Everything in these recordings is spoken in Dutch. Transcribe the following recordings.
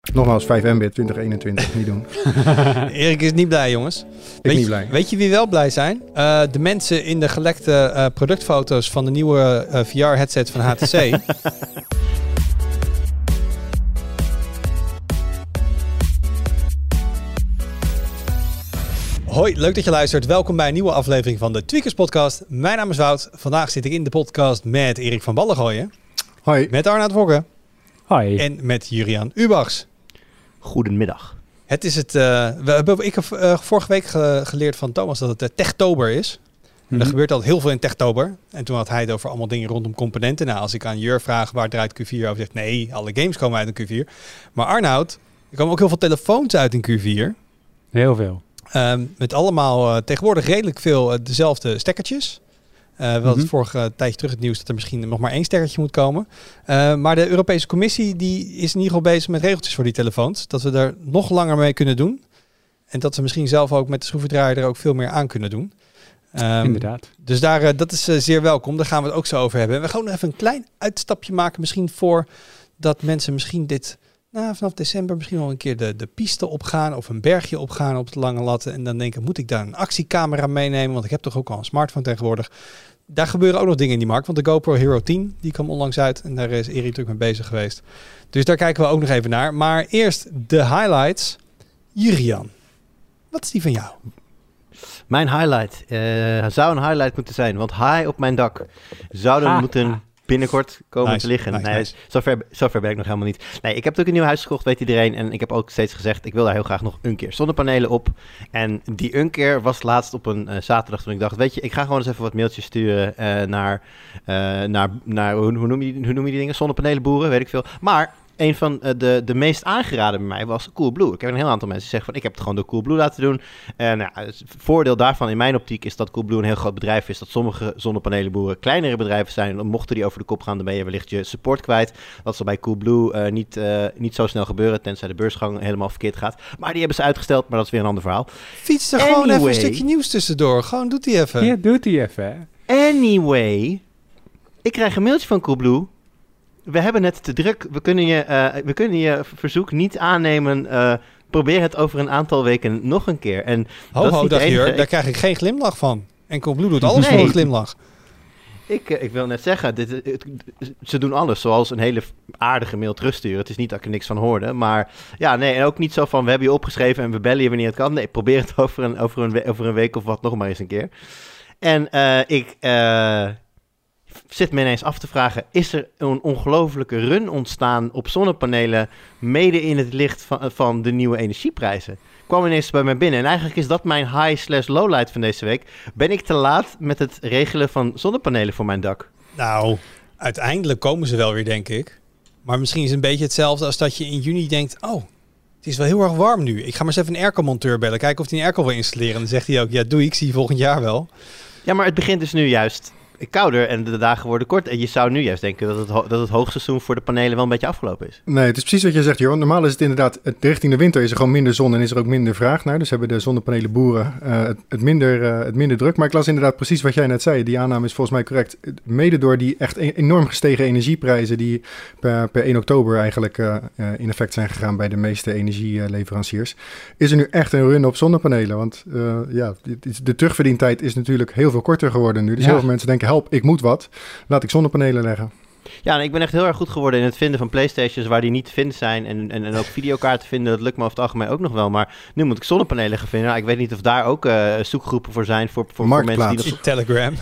Nogmaals, 5 Mbit 2021, niet doen. Erik is niet blij, jongens. Weet je wie wel blij zijn? De mensen in de gelekte productfoto's van de nieuwe VR-headset van HTC. Hoi, leuk dat je luistert. Welkom bij een nieuwe aflevering van de Tweakers Podcast. Mijn naam is Wout. Vandaag zit ik in de podcast met Erik van Ballengooien. Hoi. Met Arnoud Wokke. Hoi. En met Juriaan Ubachs. Goedemiddag. Het is het. Ik heb vorige week geleerd van Thomas dat het Techtober is. En er gebeurt altijd heel veel in Techtober. En toen had hij het over allemaal dingen rondom componenten. Nou, als ik aan Jur vraag waar draait Q4 over, zegt nee, alle games komen uit een Q4. Maar Arnoud, er komen ook heel veel telefoons uit in Q4. Heel veel. Met allemaal tegenwoordig redelijk veel dezelfde stekkertjes. We hadden vorige tijdje terug het nieuws dat er misschien nog maar 1 stekkertje moet komen. Maar de Europese Commissie die is in ieder geval bezig met regeltjes voor die telefoons. Dat we er nog langer mee kunnen doen. En dat we misschien zelf ook met de schroevendraaier er ook veel meer aan kunnen doen. Inderdaad. Dus dat is zeer welkom. Daar gaan we het ook zo over hebben. En we gaan nog even een klein uitstapje maken. Misschien voor dat mensen misschien dit... vanaf december misschien wel een keer de piste opgaan of een bergje opgaan op de lange latten. En dan denken, moet ik daar een actiecamera meenemen? Want ik heb toch ook al een smartphone tegenwoordig. Daar gebeuren ook nog dingen in die markt. Want de GoPro Hero 10, die kwam onlangs uit. En daar is Erik natuurlijk mee bezig geweest. Dus daar kijken we ook nog even naar. Maar eerst de highlights. Juriaan, wat is die van jou? Mijn highlight zou een highlight moeten zijn. Want high op mijn dak zouden moeten... binnenkort komen te liggen. Nice. Zover ben ik nog helemaal niet. Nee, ik heb natuurlijk een nieuw huis gekocht, weet iedereen. En ik heb ook steeds gezegd, ik wil daar heel graag nog een keer zonnepanelen op. En die een keer was laatst op een zaterdag toen ik dacht, weet je, ik ga gewoon eens even wat mailtjes sturen naar hoe noem je die dingen? Zonnepanelenboeren, weet ik veel. Maar... een van de meest aangeraden bij mij was Coolblue. Ik heb een heel aantal mensen die zeggen van ik heb het gewoon door Coolblue laten doen. Het voordeel daarvan in mijn optiek is dat Coolblue een heel groot bedrijf is. Dat sommige zonnepanelenboeren kleinere bedrijven zijn. Dan mochten die over de kop gaan, dan ben je wellicht je support kwijt. Dat zal bij Coolblue niet zo snel gebeuren, tenzij de beursgang helemaal verkeerd gaat. Maar die hebben ze uitgesteld, maar dat is weer een ander verhaal. Fiets er gewoon even een stukje nieuws tussendoor. Gewoon doet die even. Ja, doet die even. Hè? Anyway, ik krijg een mailtje van Coolblue. We hebben het te druk. We kunnen je verzoek niet aannemen. Probeer het over een aantal weken nog een keer. En daar krijg ik geen glimlach van. En Coolblue doet alles voor een glimlach. Ik wil net zeggen, ze doen alles zoals een hele aardige mail terugsturen. Het is niet dat ik er niks van hoorde. Maar ja, nee, en ook niet zo van we hebben je opgeschreven en we bellen je wanneer het kan. Nee, probeer het over een week of wat nog maar eens een keer. En ik zit me ineens af te vragen, is er een ongelofelijke run ontstaan op zonnepanelen mede in het licht van de nieuwe energieprijzen? Kwam ineens bij mij binnen. En eigenlijk is dat mijn high/lowlight van deze week. Ben ik te laat met het regelen van zonnepanelen voor mijn dak? Nou, uiteindelijk komen ze wel weer, denk ik. Maar misschien is het een beetje hetzelfde als dat je in juni denkt, oh, het is wel heel erg warm nu. Ik ga maar eens even een airco-monteur bellen, kijken of hij een airco wil installeren. En dan zegt hij ook, ja doei, ik zie je volgend jaar wel. Ja, maar het begint dus nu juist kouder en de dagen worden kort. En je zou nu juist denken dat het hoogseizoen voor de panelen wel een beetje afgelopen is. Nee, het is precies wat je zegt, Johan. Normaal is het inderdaad, richting de winter is er gewoon minder zon en is er ook minder vraag naar. Dus hebben de zonnepanelenboeren het minder druk. Maar ik las inderdaad precies wat jij net zei. Die aanname is volgens mij correct. Mede door die echt enorm gestegen energieprijzen die per 1 oktober eigenlijk in effect zijn gegaan bij de meeste energieleveranciers. Is er nu echt een run op zonnepanelen? Want de terugverdientijd is natuurlijk heel veel korter geworden nu. Dus heel veel mensen denken, help, ik moet wat. Laat ik zonnepanelen leggen. Ja, en ik ben echt heel erg goed geworden in het vinden van PlayStations waar die niet te vinden zijn. En ook videokaarten vinden, dat lukt me over het algemeen ook nog wel. Maar nu moet ik zonnepanelen gaan vinden. Nou, ik weet niet of daar ook zoekgroepen voor zijn voor mensen die nog... Telegram.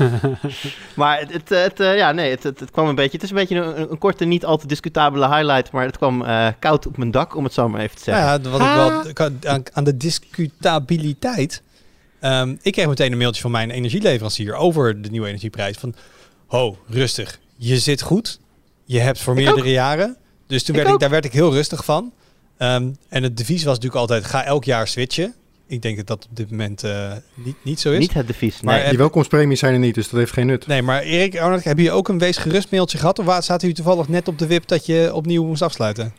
Maar het kwam een beetje... Het is een beetje een korte, niet al te discutabele highlight. Maar het kwam koud op mijn dak, om het zo maar even te zeggen. Ja, wat ik wel aan de discutabiliteit... ik kreeg meteen een mailtje van mijn energieleverancier over de nieuwe energieprijs. Van, rustig. Je zit goed. Je hebt voor meerdere jaren. Dus daar werd ik heel rustig van. En het devies was natuurlijk altijd, ga elk jaar switchen. Ik denk dat dat op dit moment niet zo is. Niet het devies, nee. Maar die welkomstpremies zijn er niet, dus dat heeft geen nut. Nee, maar Erik, Arnold, heb je ook een wees gerust mailtje gehad? Of zaten jullie toevallig net op de wip dat je opnieuw moest afsluiten?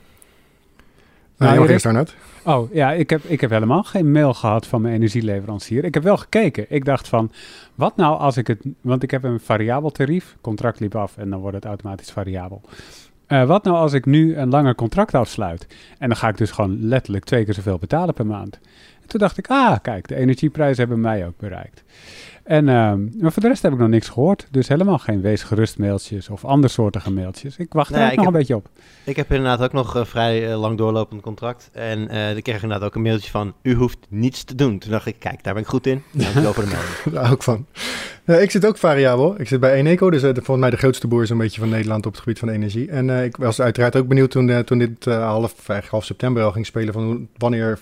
Arnold. Oh ja, ik heb helemaal geen mail gehad van mijn energieleverancier. Ik heb wel gekeken. Ik dacht van, wat nou als ik het... Want ik heb een variabel tarief. Contract liep af en dan wordt het automatisch variabel. Wat nou als ik nu een langer contract afsluit? En dan ga ik dus gewoon letterlijk 2 keer zoveel betalen per maand. En toen dacht ik, kijk, de energieprijzen hebben mij ook bereikt. Maar voor de rest heb ik nog niks gehoord. Dus helemaal geen wees gerust mailtjes of andersoortige mailtjes. Ik wacht er nog een beetje op. Ik heb inderdaad ook nog vrij lang doorlopend contract. En ik kreeg inderdaad ook een mailtje van, u hoeft niets te doen. Toen dacht ik, kijk, daar ben ik goed in. Dankjewel voor de melding. Daar ook van. Ik zit ook variabel. Ik zit bij Eneco, dus volgens mij de grootste boer is een beetje van Nederland op het gebied van energie. En ik was uiteraard ook benieuwd toen dit half september al ging spelen van wanneer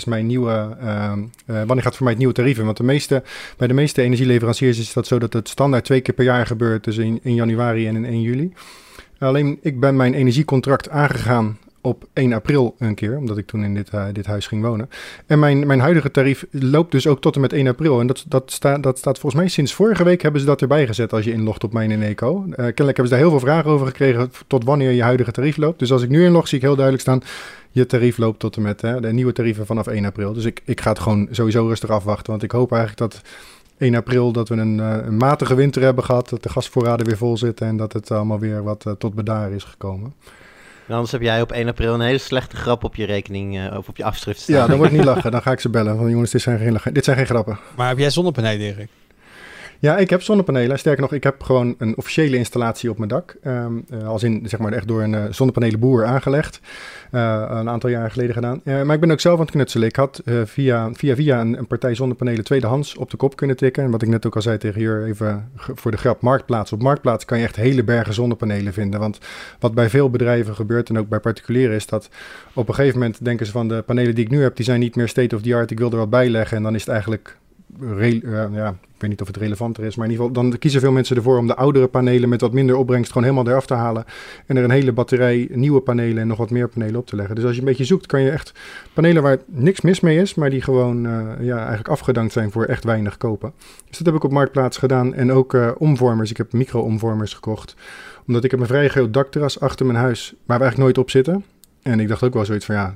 gaat voor mij het nieuwe tarief in? Want bij de meeste energieleveranciers is dat zo dat het standaard 2 keer per jaar gebeurt, dus in januari en in 1 juli. Alleen ik ben mijn energiecontract aangegaan op 1 april een keer, omdat ik toen in dit huis ging wonen. En mijn huidige tarief loopt dus ook tot en met 1 april. En dat staat volgens mij sinds vorige week hebben ze dat erbij gezet als je inlogt op mijn Eneco. Kennelijk hebben ze daar heel veel vragen over gekregen tot wanneer je huidige tarief loopt. Dus als ik nu inlog zie ik heel duidelijk staan, je tarief loopt tot en met de nieuwe tarieven vanaf 1 april. Dus ik ga het gewoon sowieso rustig afwachten, want ik hoop eigenlijk dat 1 april dat we een matige winter hebben gehad, dat de gasvoorraden weer vol zitten en dat het allemaal weer wat tot bedaren is gekomen. En anders heb jij op 1 april een hele slechte grap op je rekening of op je afschrift staan. Ja, dan wordt niet lachen. Dan ga ik ze bellen. Van jongens, dit zijn geen grappen. Maar heb jij zonnepanelen, Erik? Ja, ik heb zonnepanelen. Sterker nog, ik heb gewoon een officiële installatie op mijn dak. Als in, zeg maar, echt door een zonnepanelenboer aangelegd. Een aantal jaren geleden gedaan. Maar ik ben ook zelf aan het knutselen. Ik had via een partij zonnepanelen tweedehands op de kop kunnen tikken. En wat ik net ook al zei tegen hier, even voor de grap, Marktplaats. Op Marktplaats kan je echt hele bergen zonnepanelen vinden. Want wat bij veel bedrijven gebeurt en ook bij particulieren is dat op een gegeven moment denken ze van de panelen die ik nu heb, die zijn niet meer state of the art. Ik wil er wat bij leggen en dan is het eigenlijk ik weet niet of het relevanter is, maar in ieder geval, dan kiezen veel mensen ervoor om de oudere panelen met wat minder opbrengst gewoon helemaal eraf te halen en er een hele batterij nieuwe panelen en nog wat meer panelen op te leggen. Dus als je een beetje zoekt, kan je echt panelen waar niks mis mee is, maar die gewoon eigenlijk afgedankt zijn voor echt weinig kopen. Dus dat heb ik op Marktplaats gedaan en ook omvormers. Ik heb micro-omvormers gekocht, omdat ik heb een vrij groot dakterras achter mijn huis waar we eigenlijk nooit op zitten. En ik dacht ook wel zoiets van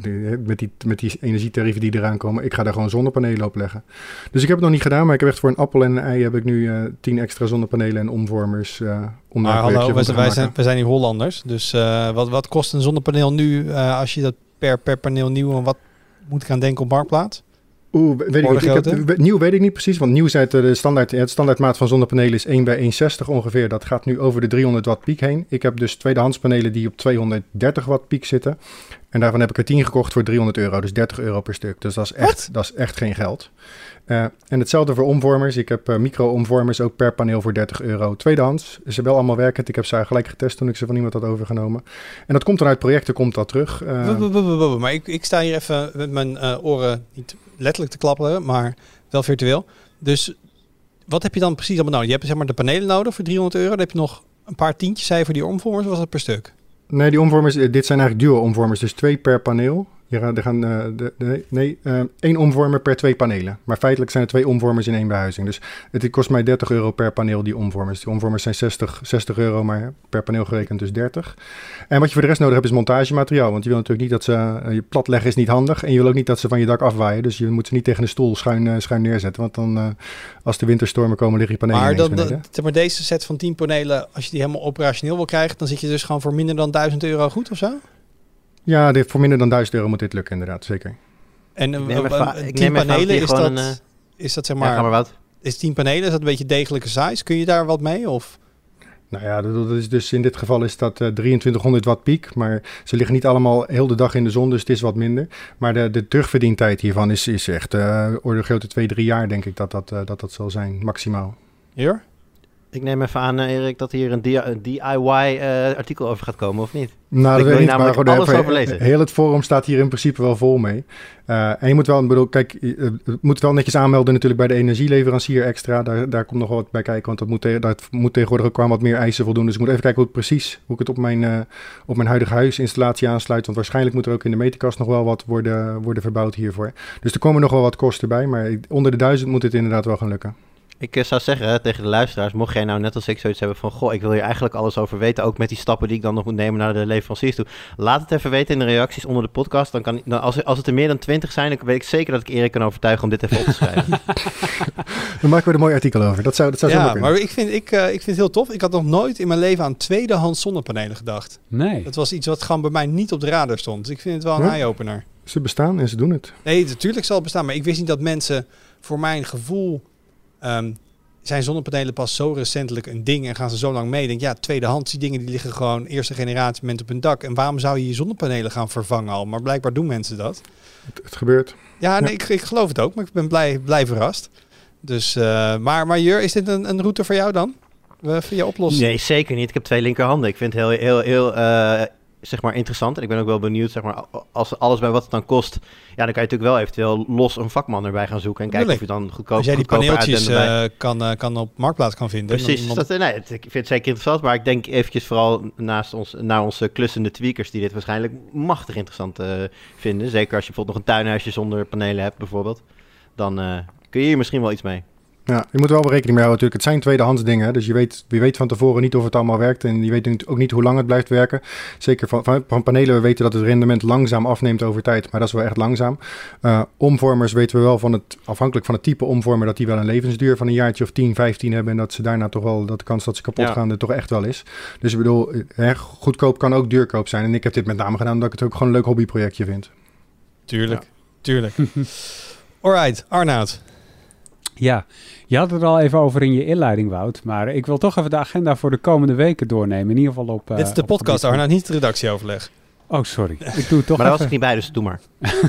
met die energietarieven die eraan komen, ik ga daar gewoon zonnepanelen op leggen. Dus ik heb het nog niet gedaan, maar ik heb echt voor een appel en een ei heb ik nu 10 extra zonnepanelen en omvormers. Maar hallo, we zijn hier Hollanders. Dus wat kost een zonnepaneel nu als je dat per paneel nieuw en wat moet ik aan denken op Marktplaats? Weet ik niet. Nieuw weet ik niet precies, want nieuw zijn de standaardmaat van zonnepanelen is 1/160 ongeveer. Dat gaat nu over de 300 watt piek heen. Ik heb dus tweedehands panelen die op 230 watt piek zitten. En daarvan heb ik er 10 gekocht voor €300, dus €30 per stuk. Dus dat is echt geen geld. En hetzelfde voor omvormers. Ik heb micro-omvormers ook per paneel voor €30. Tweedehands. Ze wel allemaal werkend. Ik heb ze gelijk getest toen ik ze van iemand had overgenomen. En dat komt dan uit projecten, komt dat terug. Maar ik sta hier even met mijn oren niet letterlijk te klapperen, maar wel virtueel. Dus wat heb je dan precies allemaal nodig? Je hebt zeg maar de panelen nodig voor €300. Dan heb je nog een paar tientjes, zei je, voor die omvormers. Was dat per stuk? Nee, die omvormers, dit zijn eigenlijk duo-omvormers. Dus 2 per paneel. Één omvormer per 2 panelen. Maar feitelijk zijn er 2 omvormers in 1 behuizing. Dus het kost mij €30 per paneel, die omvormers. Die omvormers zijn €60, maar per paneel gerekend dus 30. En wat je voor de rest nodig hebt is montagemateriaal. Want je wil natuurlijk niet dat ze... je platleggen is niet handig. En je wil ook niet dat ze van je dak afwaaien. Dus je moet ze niet tegen een stoel schuin neerzetten. Want dan, als de winterstormen komen, liggen je panelen ineens beneden. Maar deze set van 10 panelen, als je die helemaal operationeel wil krijgen, dan zit je dus gewoon voor minder dan €1000 goed of zo? Ja, voor minder dan €1000 moet dit lukken, inderdaad, zeker. En 10 panelen, is dat zeg maar... Ja, wat? Is 10 panelen, is dat een beetje degelijke size? Kun je daar wat mee? Of? Nou ja, dat is dus in dit geval is dat 2300 watt piek. Maar ze liggen niet allemaal heel de dag in de zon, dus het is wat minder. Maar de terugverdientijd hiervan is echt orde grootte 2-3 jaar, denk ik dat zal zijn, maximaal. Hier? Ik neem even aan, Erik, dat hier een DIY-artikel over gaat komen, of niet? Nou, dat weet ik niet, maar gewoon alles over lezen. Heel het forum staat hier in principe wel vol mee. En je moet wel, het moet wel netjes aanmelden natuurlijk bij de energieleverancier extra. Daar komt nog wat bij kijken, want dat moet tegenwoordig ook qua wat meer eisen voldoen. Dus ik moet even kijken hoe ik het op mijn huidige huisinstallatie aansluit. Want waarschijnlijk moet er ook in de meterkast nog wel wat worden verbouwd hiervoor. Dus er komen nog wel wat kosten bij, maar onder de 1000 moet het inderdaad wel gaan lukken. Ik zou zeggen tegen de luisteraars, mocht jij nou net als ik zoiets hebben van, goh, ik wil hier eigenlijk alles over weten, ook met die stappen die ik dan nog moet nemen naar de leveranciers toe. Laat het even weten in de reacties onder de podcast. Dan als het er meer dan 20 zijn, dan weet ik zeker dat ik Erik kan overtuigen om dit even op te schrijven. Dan maken we er een mooi artikel over. Dat zou zo kunnen. Maar ik vind het heel tof. Ik had nog nooit in mijn leven aan tweedehands zonnepanelen gedacht. Nee. Dat was iets wat gewoon bij mij niet op de radar stond. Dus ik vind het wel een eye-opener. Ze bestaan en ze doen het. Nee, natuurlijk zal het bestaan. Maar ik wist niet dat mensen, voor mijn gevoel, zijn zonnepanelen pas zo recentelijk een ding en gaan ze zo lang mee. Ik denk, ja, tweedehands, die dingen die liggen gewoon eerste generatie mensen op hun dak. En waarom zou je je zonnepanelen gaan vervangen al? Maar blijkbaar doen mensen dat. Het gebeurt. Ja, nee, ik geloof het ook, maar ik ben blij verrast. Dus, maar Jur, is dit een route voor jou dan? Voor je oplossing? Nee, zeker niet. Ik heb 2 linkerhanden. Ik vind het heel zeg maar interessant. En ik ben ook wel benieuwd, zeg maar, als alles bij wat het dan kost, ja, dan kan je natuurlijk wel eventueel los een vakman erbij gaan zoeken en kijken of je dan goedkoop. Als jij die paneeltjes kan op Marktplaats kan vinden. Precies. Ik vind het zeker interessant, maar ik denk eventjes vooral naar onze klussende tweakers die dit waarschijnlijk machtig interessant vinden. Zeker als je bijvoorbeeld nog een tuinhuisje zonder panelen hebt bijvoorbeeld. Dan kun je hier misschien wel iets mee. Ja, je moet er wel rekening mee houden natuurlijk. Het zijn tweedehands dingen, hè? Dus je weet van tevoren niet of het allemaal werkt en je weet ook niet hoe lang het blijft werken. Zeker van panelen, we weten dat het rendement langzaam afneemt over tijd, maar dat is wel echt langzaam. Omvormers weten we wel afhankelijk van het type omvormer, dat die wel een levensduur van een jaartje of 10, 15 hebben en dat ze daarna toch wel, dat de kans dat ze kapot gaan er toch echt wel is. Dus ik bedoel, goedkoop kan ook duurkoop zijn en ik heb dit met name gedaan omdat ik het ook gewoon een leuk hobbyprojectje vind. Tuurlijk. Alright, Arnoud. Ja, je had het er al even over in je inleiding, Wout. Maar ik wil toch even de agenda voor de komende weken doornemen. In ieder geval op... Dit is de podcast, Arnoud, niet het redactieoverleg. Oh, sorry. Ik doe het toch maar daar was ik niet bij, dus doe maar.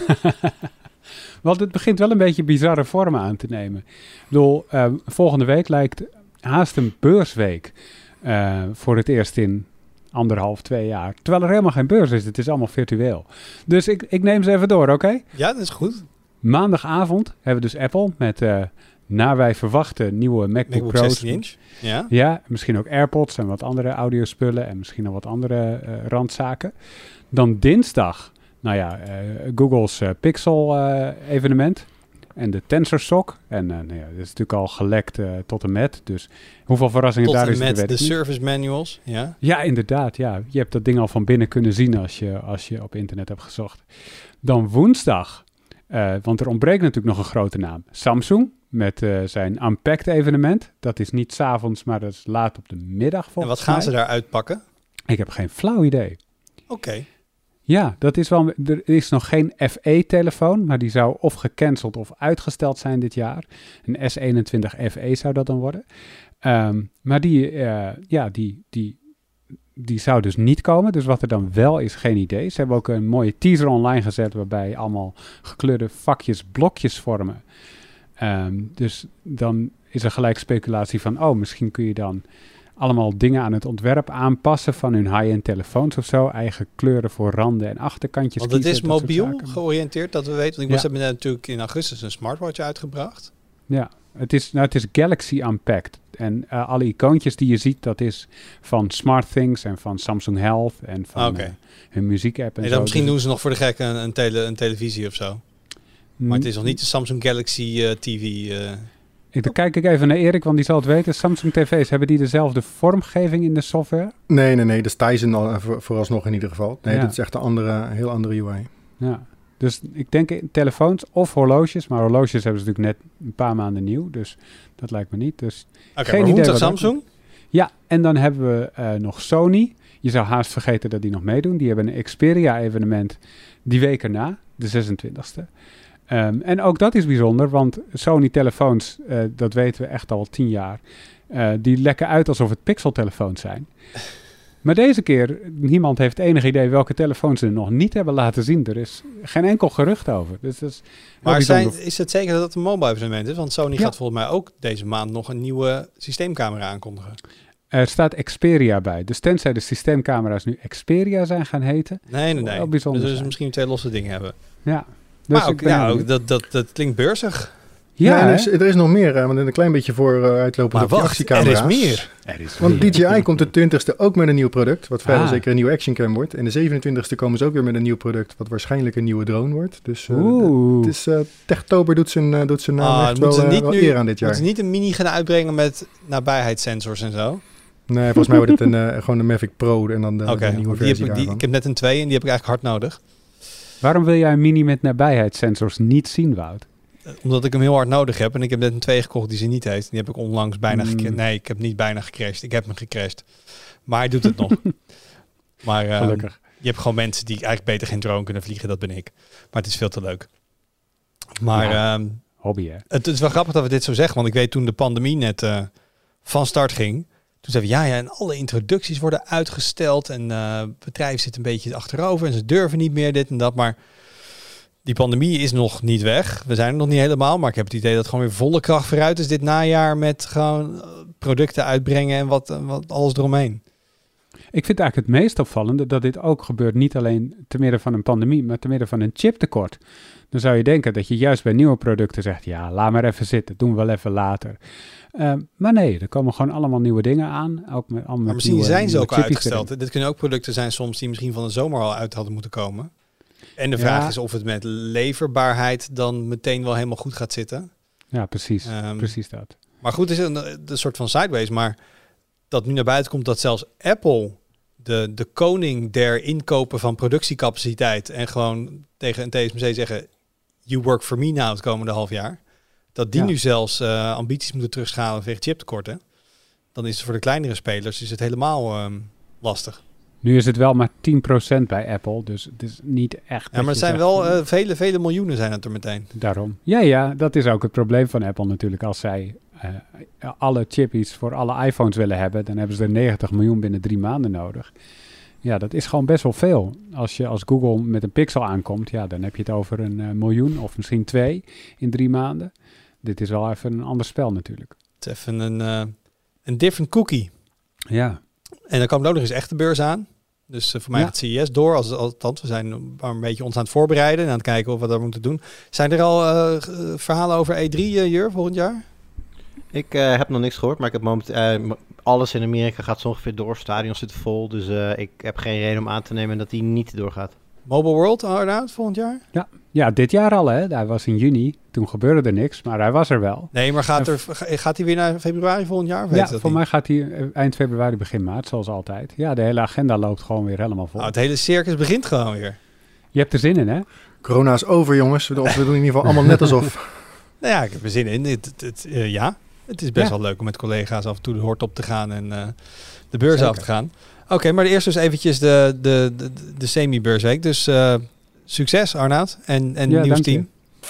Want het begint wel een beetje bizarre vormen aan te nemen. Ik bedoel, volgende week lijkt haast een beursweek voor het eerst in 1,5-2 jaar. Terwijl er helemaal geen beurs is. Het is allemaal virtueel. Dus ik neem ze even door, oké? Ja, dat is goed. Maandagavond hebben we dus Apple met... naar wij verwachten nieuwe MacBook Pro's. 16 inch. Ja. Ja, misschien ook AirPods en wat andere audiospullen en misschien nog wat andere randzaken. Dan dinsdag, Google's Pixel evenement en de TensorSock. En dat is natuurlijk al gelekt tot en met. Dus hoeveel verrassingen daar is, tot en met de service manuals. Ja, ja, inderdaad. Ja. Je hebt dat ding al van binnen kunnen zien als je op internet hebt gezocht. Dan woensdag, want er ontbreekt natuurlijk nog een grote naam. Samsung. Met zijn Unpacked evenement. Dat is niet 's avonds, maar dat is laat op de middag volgens mij. En wat gaan ze daar uitpakken? Ik heb geen flauw idee. Oké. Ja, dat is wel. Er is nog geen FE-telefoon, maar die zou of gecanceld of uitgesteld zijn dit jaar. Een S21 FE zou dat dan worden. Maar die zou dus niet komen. Dus wat er dan wel is, geen idee. Ze hebben ook een mooie teaser online gezet waarbij allemaal gekleurde vakjes, blokjes vormen. Dus dan is er gelijk speculatie van, misschien kun je dan allemaal dingen aan het ontwerp aanpassen van hun high-end telefoons of zo. Eigen kleuren voor randen en achterkantjes. Want het is mobiel georiënteerd, dat we weten. Want hebben natuurlijk in augustus een smartwatch uitgebracht. Ja, het is Galaxy Unpacked. En alle icoontjes die je ziet, dat is van SmartThings en van Samsung Health en van hun muziekapp en zo. Dan misschien doen ze nog voor de gek een televisie of zo. Maar het is nog niet de Samsung Galaxy TV. Dan kijk ik even naar Erik, want die zal het weten. Samsung TV's, hebben die dezelfde vormgeving in de software? Nee. Dat is Tizen vooralsnog in ieder geval. Nee, dat is echt een heel andere UI. Ja, dus ik denk telefoons of horloges. Maar horloges hebben ze natuurlijk net een paar maanden nieuw. Dus dat lijkt me niet. Dus geen idee wat Samsung? Ja, en dan hebben we nog Sony. Je zou haast vergeten dat die nog meedoen. Die hebben een Xperia-evenement die week erna, de 26e. En ook dat is bijzonder, want Sony-telefoons, dat weten we echt al 10 jaar, die lekken uit alsof het Pixel-telefoons zijn. Maar deze keer, niemand heeft enig idee welke telefoons ze nog niet hebben laten zien. Er is geen enkel gerucht over. Dus dat is is het zeker dat het een mobile evenement is? Want Sony gaat volgens mij ook deze maand nog een nieuwe systeemcamera aankondigen. Er staat Xperia bij. Dus tenzij de systeemcamera's nu Xperia zijn gaan heten. Nee. Wel bijzonder dus misschien 2 losse dingen hebben. Ja. Dus maar ook, dat klinkt beursig. Ja, Ja, hè? er is nog meer, want een klein beetje voor uitlopen Maar op die wacht, er actiecamera's. is meer. Er is Want meer. DJI komt de 20ste ook met een nieuw product, wat vrijwel Ah. zeker een nieuwe actioncam wordt. En de 27ste komen ze ook weer met een nieuw product, wat waarschijnlijk een nieuwe drone wordt. Dus Oeh. het is, Techtober doet zijn naam echt moeten wel, ze niet wel nu eer aan dit jaar. Moeten ze niet een mini gaan uitbrengen met nabijheidssensors en zo? Nee, volgens mij wordt het gewoon de Mavic Pro en dan de Oké, nieuwe want versie daarvan. ik heb net een 2 en die heb ik eigenlijk hard nodig. Waarom wil jij een mini met nabijheidssensors niet zien, Wout? Omdat ik hem heel hard nodig heb. En ik heb net een 2 gekocht die ze niet heeft. Die heb ik onlangs bijna Mm. gecrashed. Nee, ik heb niet bijna gecrashed. Ik heb hem gecrashed. Maar hij doet het nog. Maar Gelukkig. je hebt gewoon mensen die eigenlijk beter geen drone kunnen vliegen. Dat ben ik. Maar het is veel te leuk. Maar Ja. Hobby, hè? het is wel grappig dat we dit zo zeggen. Want ik weet toen de pandemie net van start ging. Toen zeiden we, ja, en alle introducties worden uitgesteld. En bedrijven zitten een beetje achterover. En ze durven niet meer dit en dat. Maar die pandemie is nog niet weg. We zijn er nog niet helemaal. Maar ik heb het idee dat het gewoon weer volle kracht vooruit is dit najaar. Met gewoon producten uitbrengen en wat alles eromheen. Ik vind eigenlijk het meest opvallende dat dit ook gebeurt niet alleen te midden van een pandemie, maar te midden van een chiptekort. Dan zou je denken dat je juist bij nieuwe producten zegt, ja, laat maar even zitten, doen we wel even later. Maar nee, er komen gewoon allemaal nieuwe dingen aan. Ook met, allemaal Maar misschien nieuwe- zijn ze nieuwe ook al chippies uitgesteld. erin. Dit kunnen ook producten zijn soms die misschien van de zomer al uit hadden moeten komen. En de vraag Ja. is of het met leverbaarheid dan meteen wel helemaal goed gaat zitten. Ja, precies. Ehm, Precies dat. Maar goed, het is een soort van sideways. Maar dat nu naar buiten komt dat zelfs Apple, de koning der inkopen van productiecapaciteit, en gewoon tegen een TSMC zeggen, you work for me now het komende half jaar. Dat die Ja. nu zelfs ambities moeten terugschalen vanwege chiptekorten. Dan is het voor de kleinere spelers is het helemaal lastig. Nu is het wel maar 10% bij Apple, dus het is niet echt... Ja, maar het zijn wel vele miljoenen zijn het er meteen. Daarom. Ja, dat is ook het probleem van Apple natuurlijk. Als zij alle chippies voor alle iPhones willen hebben, dan hebben ze er 90 miljoen binnen 3 maanden nodig. Ja, dat is gewoon best wel veel. Als je als Google met een Pixel aankomt, ja, dan heb je het over een miljoen of misschien 2 in 3 maanden. Dit is wel even een ander spel natuurlijk. Het is even een different cookie. Ja. En dan komt ook nog eens echte beurs aan. Dus voor mij Ja. gaat CES door. Althans, we zijn een beetje ons aan het voorbereiden en aan het kijken of we dat moeten doen. Zijn er al verhalen over E3 Jur volgend jaar? Ik heb nog niks gehoord, maar ik heb momenteel... alles in Amerika gaat zo ongeveer door. Stadions zitten vol, dus ik heb geen reden om aan te nemen dat die niet doorgaat. Mobile World out volgend jaar? Ja, dit jaar al hè. Hij was in juni. Toen gebeurde er niks, maar hij was er wel. Nee, maar gaat hij weer naar februari volgend jaar? Of weet Ja, je dat voor niet? mij gaat hij eind februari, begin maart, zoals altijd. Ja, de hele agenda loopt gewoon weer helemaal vol. Oh, het hele circus begint gewoon weer. Je hebt er zin in, hè? Corona is over, jongens. Of we doen in ieder geval allemaal net alsof. Nou ja, ik heb er zin in. Ja, het is best Ja. wel leuk om met collega's af en toe de hort op te gaan en de beurs Zeker. af te gaan. Oké, maar eerst dus eventjes de semi-beursweek. Dus succes Arnoud en Ja, nieuws dank je. team.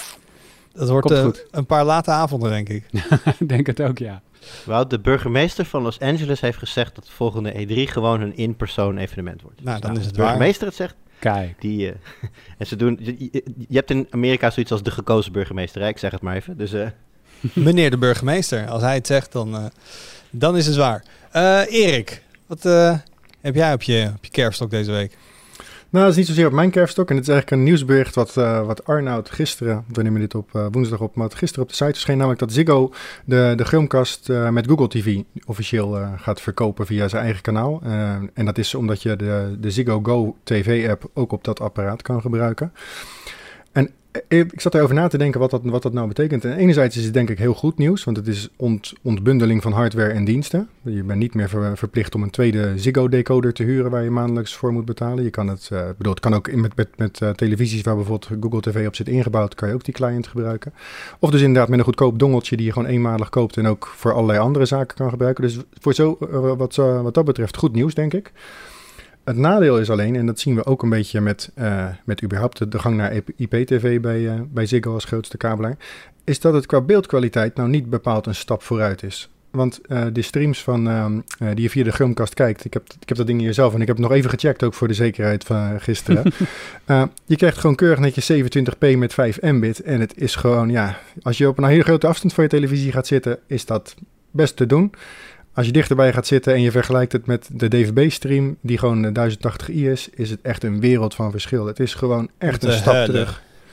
Dat wordt Komt goed. een paar late avonden, denk ik. Ik denk het ook, ja. Wout, de burgemeester van Los Angeles heeft gezegd dat de volgende E3 gewoon een in-persoon evenement wordt. Nou, dan als is het de waar. burgemeester het zegt, Kijk. die... en ze doen... Je hebt in Amerika zoiets als de gekozen burgemeester, hè? Ik zeg het maar even. Dus Meneer de burgemeester, als hij het zegt, dan is het waar. Erik, wat heb jij op je kerfstok deze week? Nou, dat is niet zozeer op mijn kerfstok. En het is eigenlijk een nieuwsbericht wat Arnoud gisteren, we nemen dit op woensdag op, maar gisteren op de site verscheen, namelijk dat Ziggo de Chromecast met Google TV officieel gaat verkopen via zijn eigen kanaal. En dat is omdat je de Ziggo Go TV-app ook op dat apparaat kan gebruiken. En ik zat erover na te denken wat dat nou betekent. En enerzijds is het denk ik heel goed nieuws, want het is ontbundeling van hardware en diensten. Je bent niet meer verplicht om een tweede Ziggo-decoder te huren waar je maandelijks voor moet betalen. Je kan het kan ook met televisies waar bijvoorbeeld Google TV op zit ingebouwd, kan je ook die client gebruiken. Of dus inderdaad met een goedkoop dongeltje die je gewoon eenmalig koopt en ook voor allerlei andere zaken kan gebruiken. Dus voor wat dat betreft goed nieuws, denk ik. Het nadeel is alleen, en dat zien we ook een beetje met überhaupt de gang naar IP-TV bij Ziggo als grootste kabelaar, is dat het qua beeldkwaliteit nou niet bepaald een stap vooruit is. Want de streams die je via de Chromecast kijkt, ik heb dat ding hier zelf en ik heb het nog even gecheckt ook voor de zekerheid van gisteren. Je krijgt gewoon keurig netjes 27p met 5 Mbit en het is gewoon, ja, als je op een hele grote afstand van je televisie gaat zitten, is dat best te doen. Als je dichterbij gaat zitten en je vergelijkt het met de DVB-stream, die gewoon 1080i is het echt een wereld van verschil. Het is gewoon echt een stap terug.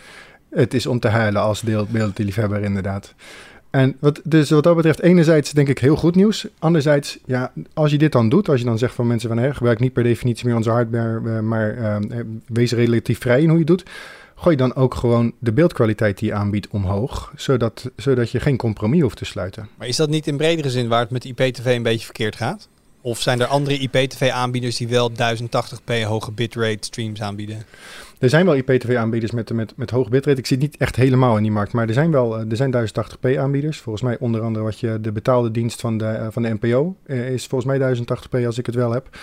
Het is om te huilen als beeldliefhebber inderdaad. En wat dat betreft, enerzijds denk ik heel goed nieuws. Anderzijds, ja, als je dit dan doet, als je dan zegt van mensen van gebruik niet per definitie meer onze hardware, maar wees relatief vrij in hoe je het doet. Gooi dan ook gewoon de beeldkwaliteit die je aanbiedt omhoog, zodat je geen compromis hoeft te sluiten. Maar is dat niet in bredere zin waar het met IPTV een beetje verkeerd gaat? Of zijn er andere IPTV-aanbieders die wel 1080p hoge bitrate streams aanbieden? Er zijn wel IPTV-aanbieders met hoge bitrate. Ik zit niet echt helemaal in die markt, maar er zijn 1080p-aanbieders. Volgens mij onder andere de betaalde dienst van de NPO is volgens mij 1080p als ik het wel heb.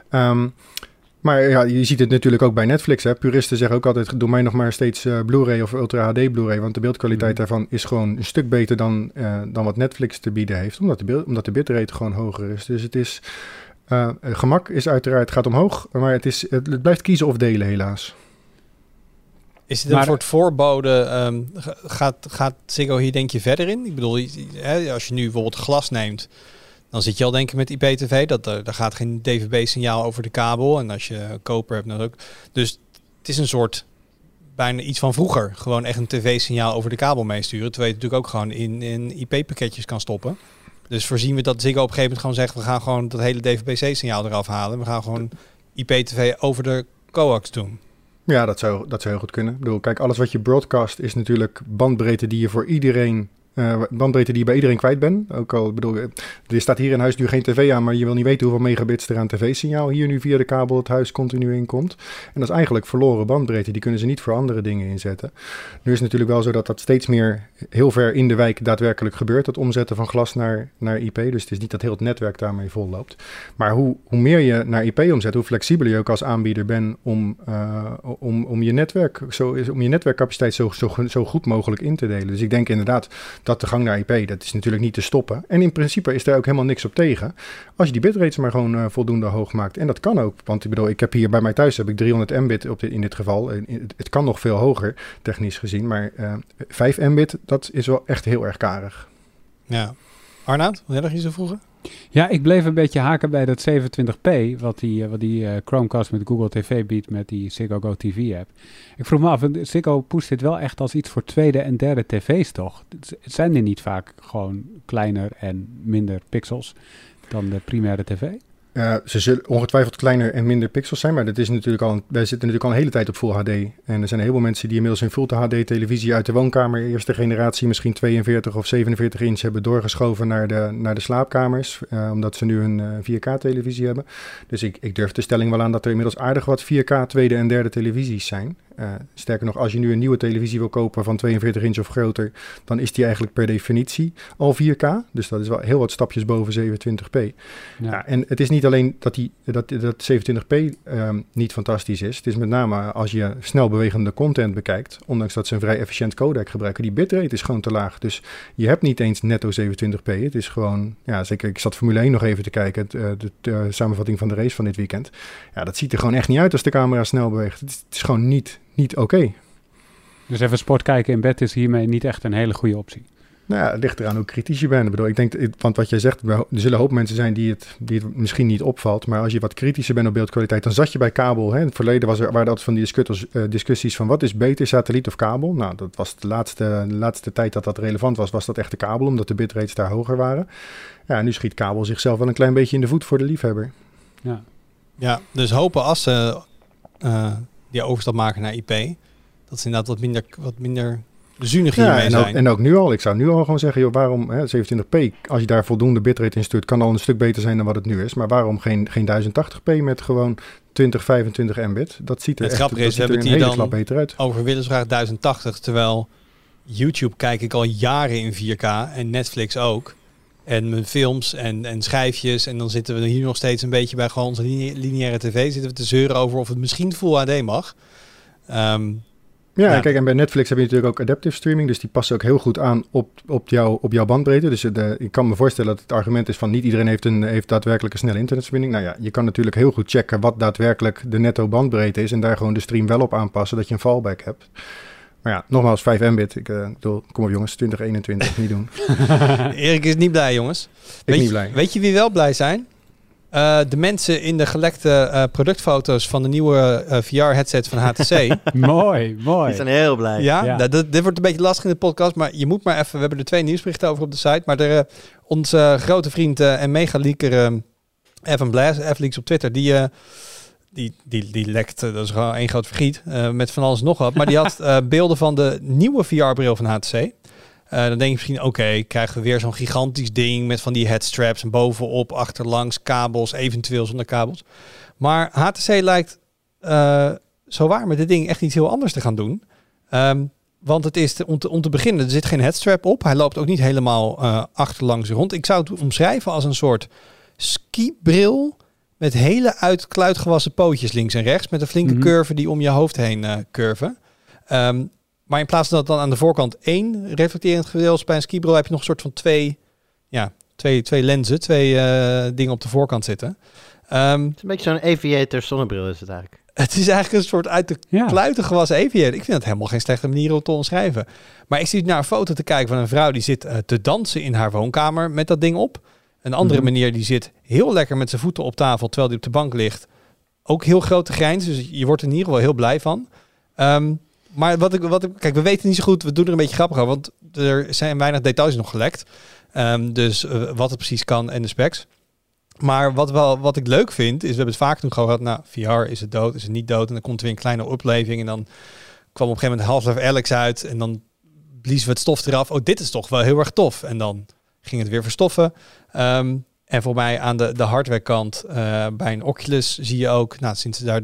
Maar ja, je ziet het natuurlijk ook bij Netflix. Hè. Puristen zeggen ook altijd, doe mij nog maar steeds Blu-ray of Ultra HD Blu-ray. Want de beeldkwaliteit daarvan is gewoon een stuk beter dan wat Netflix te bieden heeft. Omdat de bitrate gewoon hoger is. Dus het is, gemak is uiteraard, gaat omhoog. Maar het blijft kiezen of delen helaas. Is het een soort voorbode? Gaat Ziggo hier denk je verder in? Ik bedoel, als je nu bijvoorbeeld glas neemt, dan zit je al denk ik met IPTV. Daar gaat geen DVB-signaal over de kabel. En als je koper hebt, dan ook. Dus het is een soort, bijna iets van vroeger. Gewoon echt een tv-signaal over de kabel meesturen. Terwijl je het natuurlijk ook gewoon in IP-pakketjes kan stoppen. Dus voorzien we dat Ziggo op een gegeven moment gewoon zegt, we gaan gewoon dat hele DVB-C-signaal eraf halen. We gaan gewoon IPTV over de coax doen. Ja, dat zou heel goed kunnen. Ik bedoel, kijk, alles wat je broadcast is natuurlijk bandbreedte die je voor iedereen, bandbreedte die je bij iedereen kwijt bent. Ook al bedoel, er staat hier in huis nu geen tv aan, maar je wil niet weten hoeveel megabits er aan tv-signaal hier nu via de kabel het huis continu inkomt. En dat is eigenlijk verloren bandbreedte. Die kunnen ze niet voor andere dingen inzetten. Nu is het natuurlijk wel zo dat steeds meer heel ver in de wijk daadwerkelijk gebeurt. Dat omzetten van glas naar IP. Dus het is niet dat heel het netwerk daarmee vol loopt. Maar hoe meer je naar IP omzet, hoe flexibeler je ook als aanbieder bent om je netwerkcapaciteit zo goed mogelijk in te delen. Dus ik denk inderdaad dat de gang naar IP, dat is natuurlijk niet te stoppen. En in principe is daar ook helemaal niks op tegen. Als je die bitrates maar gewoon voldoende hoog maakt. En dat kan ook. Want ik bedoel, ik heb hier bij mij thuis 300 Mbit in dit geval. Het kan nog veel hoger, technisch gezien. Maar 5 Mbit, dat is wel echt heel erg karig. Ja. Arnoud, wil jij nog iets te voegen? Ja, ik bleef een beetje haken bij dat 27p, wat die Chromecast met Google TV biedt met die Ziggo Go TV app. Ik vroeg me af, Ziggo pusht dit wel echt als iets voor tweede en derde tv's toch? Zijn die niet vaak gewoon kleiner en minder pixels dan de primaire tv? Ze zullen ongetwijfeld kleiner en minder pixels zijn, maar wij zitten natuurlijk al een hele tijd op Full HD. En er zijn een heleboel mensen die inmiddels hun Full HD televisie uit de woonkamer, eerste generatie, misschien 42 of 47 inch, hebben doorgeschoven naar de slaapkamers, omdat ze nu een 4K televisie hebben. Dus ik durf de stelling wel aan dat er inmiddels aardig wat 4K tweede en derde televisies zijn. Sterker nog, als je nu een nieuwe televisie wil kopen van 42 inch of groter, dan is die eigenlijk per definitie al 4K. Dus dat is wel heel wat stapjes boven 27p. Ja, en het is niet alleen dat 27p niet fantastisch is. Het is met name als je snel bewegende content bekijkt, ondanks dat ze een vrij efficiënt codec gebruiken, die bitrate is gewoon te laag. Dus je hebt niet eens netto 27p. Het is gewoon, ja zeker, ik zat Formule 1 nog even te kijken, de samenvatting van de race van dit weekend. Ja, dat ziet er gewoon echt niet uit als de camera snel beweegt. Het is gewoon niet oké. Dus even sport kijken in bed is hiermee niet echt een hele goede optie. Nou ja, het ligt eraan hoe kritisch je bent. Ik bedoel, ik denk, want wat jij zegt, er zullen een hoop mensen zijn die het misschien niet opvalt. Maar als je wat kritischer bent op beeldkwaliteit, dan zat je bij kabel. Hè. In het verleden waren er altijd van die discussies van wat is beter, satelliet of kabel? Nou, dat was de laatste tijd dat relevant was dat echt de kabel, omdat de bitrates daar hoger waren. Ja, nu schiet kabel zichzelf wel een klein beetje in de voet voor de liefhebber. Ja, dus hopen als ze die overstap maken naar IP, dat ze inderdaad wat minder zuinig hiermee zijn. En ook nu al. Ik zou nu al gewoon zeggen, joh, waarom 27p, als je daar voldoende bitrate in stuurt, kan al een stuk beter zijn dan wat het nu is. Maar waarom geen 1080p met gewoon 20, 25 mbit? Dat ziet er het echt grappige is, we hebben het een hier hele klap beter uit. Over Willensvraag 1080, terwijl YouTube kijk ik al jaren in 4K en Netflix ook. En mijn films en schijfjes. En dan zitten we hier nog steeds een beetje bij gewoon onze lineaire tv. Zitten we te zeuren over of het misschien Full HD mag. Kijk, en bij Netflix heb je natuurlijk ook adaptive streaming. Dus die passen ook heel goed aan op jouw bandbreedte. Dus ik kan me voorstellen dat het argument is van niet iedereen heeft daadwerkelijk een snelle internetverbinding. Nou ja, je kan natuurlijk heel goed checken wat daadwerkelijk de netto bandbreedte is. En daar gewoon de stream wel op aanpassen, dat je een fallback hebt. Maar ja, nogmaals, 5 Mbit. Ik bedoel, kom op jongens, 2021, niet doen. Erik is niet blij, jongens. Niet blij. Weet je wie wel blij zijn? De mensen in de gelekte productfoto's van de nieuwe VR-headset van HTC. Mooi. Die zijn heel blij. Ja. Dit wordt een beetje lastig in de podcast, maar je moet maar even... We hebben er 2 nieuwsberichten over op de site, maar onze grote vriend en mega-leaker Evan Blass, F-Leaks op Twitter, die lekt, dat is gewoon één groot vergiet, met van alles nog wat. Maar die had beelden van de nieuwe VR-bril van HTC. Dan denk je misschien, oké, krijgen we weer zo'n gigantisch ding met van die headstraps en bovenop, achterlangs, kabels, eventueel zonder kabels. Maar HTC lijkt zo waar met dit ding echt iets heel anders te gaan doen. Want het is, om te beginnen, er zit geen headstrap op. Hij loopt ook niet helemaal achterlangs rond. Ik zou het omschrijven als een soort skibril met hele uitkluitgewassen pootjes links en rechts. Met een flinke curve die om je hoofd heen curven. Maar in plaats van dat dan aan de voorkant 1 reflecterend gedeelte bij een skibril, heb je nog een soort van twee lenzen, 2 dingen op de voorkant zitten. Het is een beetje zo'n aviator zonnebril is het eigenlijk. Het is eigenlijk een soort uit de kluiten gewassen aviator. Ik vind dat helemaal geen slechte manier om te omschrijven. Maar ik zit naar een foto te kijken van een vrouw die zit te dansen in haar woonkamer met dat ding op. Een andere meneer die zit heel lekker met zijn voeten op tafel terwijl die op de bank ligt. Ook heel grote grijns, dus je wordt er in ieder geval heel blij van. Maar kijk, we weten niet zo goed, we doen er een beetje grappig over, want er zijn weinig details nog gelekt. Dus wat het precies kan en de specs. Maar wat ik leuk vind, is we hebben het vaak toen gehad, nou, VR, is het dood, is het niet dood? En dan komt er weer een kleine opleving en dan kwam op een gegeven moment Half-Life Alyx uit en dan bliezen we het stof eraf. Oh, dit is toch wel heel erg tof. En dan ging het weer verstoffen. En voor mij aan de hardwarekant, bij een Oculus zie je ook, nou, sinds ze daar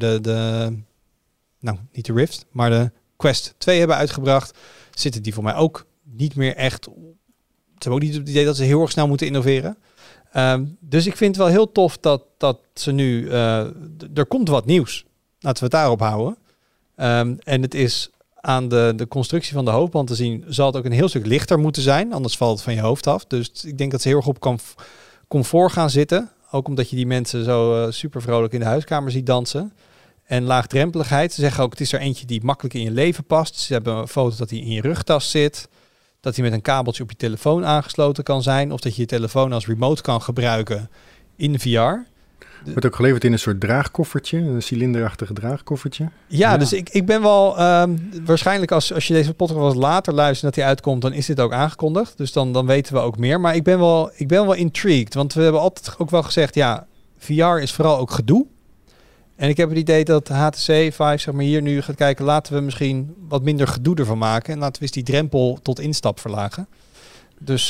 niet de Rift, maar de Quest 2 hebben uitgebracht, zitten die voor mij ook niet meer echt. Ze hebben ook niet het idee dat ze heel erg snel moeten innoveren. Dus ik vind het wel heel tof dat ze nu, er komt wat nieuws. Laten we het daarop houden. En het is aan de constructie van de hoofdband te zien, zal het ook een heel stuk lichter moeten zijn, anders valt het van je hoofd af. Dus ik denk dat ze heel erg op comfort gaan zitten. Ook omdat je die mensen zo super vrolijk in de huiskamer ziet dansen. En laagdrempeligheid. Ze zeggen ook, het is er eentje die makkelijk in je leven past. Ze hebben een foto dat hij in je rugtas zit. Dat hij met een kabeltje op je telefoon aangesloten kan zijn. Of dat je je telefoon als remote kan gebruiken in VR. Wordt ook geleverd in een soort draagkoffertje. Een cilinderachtige draagkoffertje. Ja, dus ik ben wel... waarschijnlijk als je deze podcast later luistert dat hij uitkomt, dan is dit ook aangekondigd. Dus dan weten we ook meer. Maar ik ben wel intrigued. Want we hebben altijd ook wel gezegd, ja, VR is vooral ook gedoe. En ik heb het idee dat HTC Vive, zeg maar, hier nu gaat kijken, laten we misschien wat minder gedoe ervan maken. En laten we eens die drempel tot instap verlagen. Dus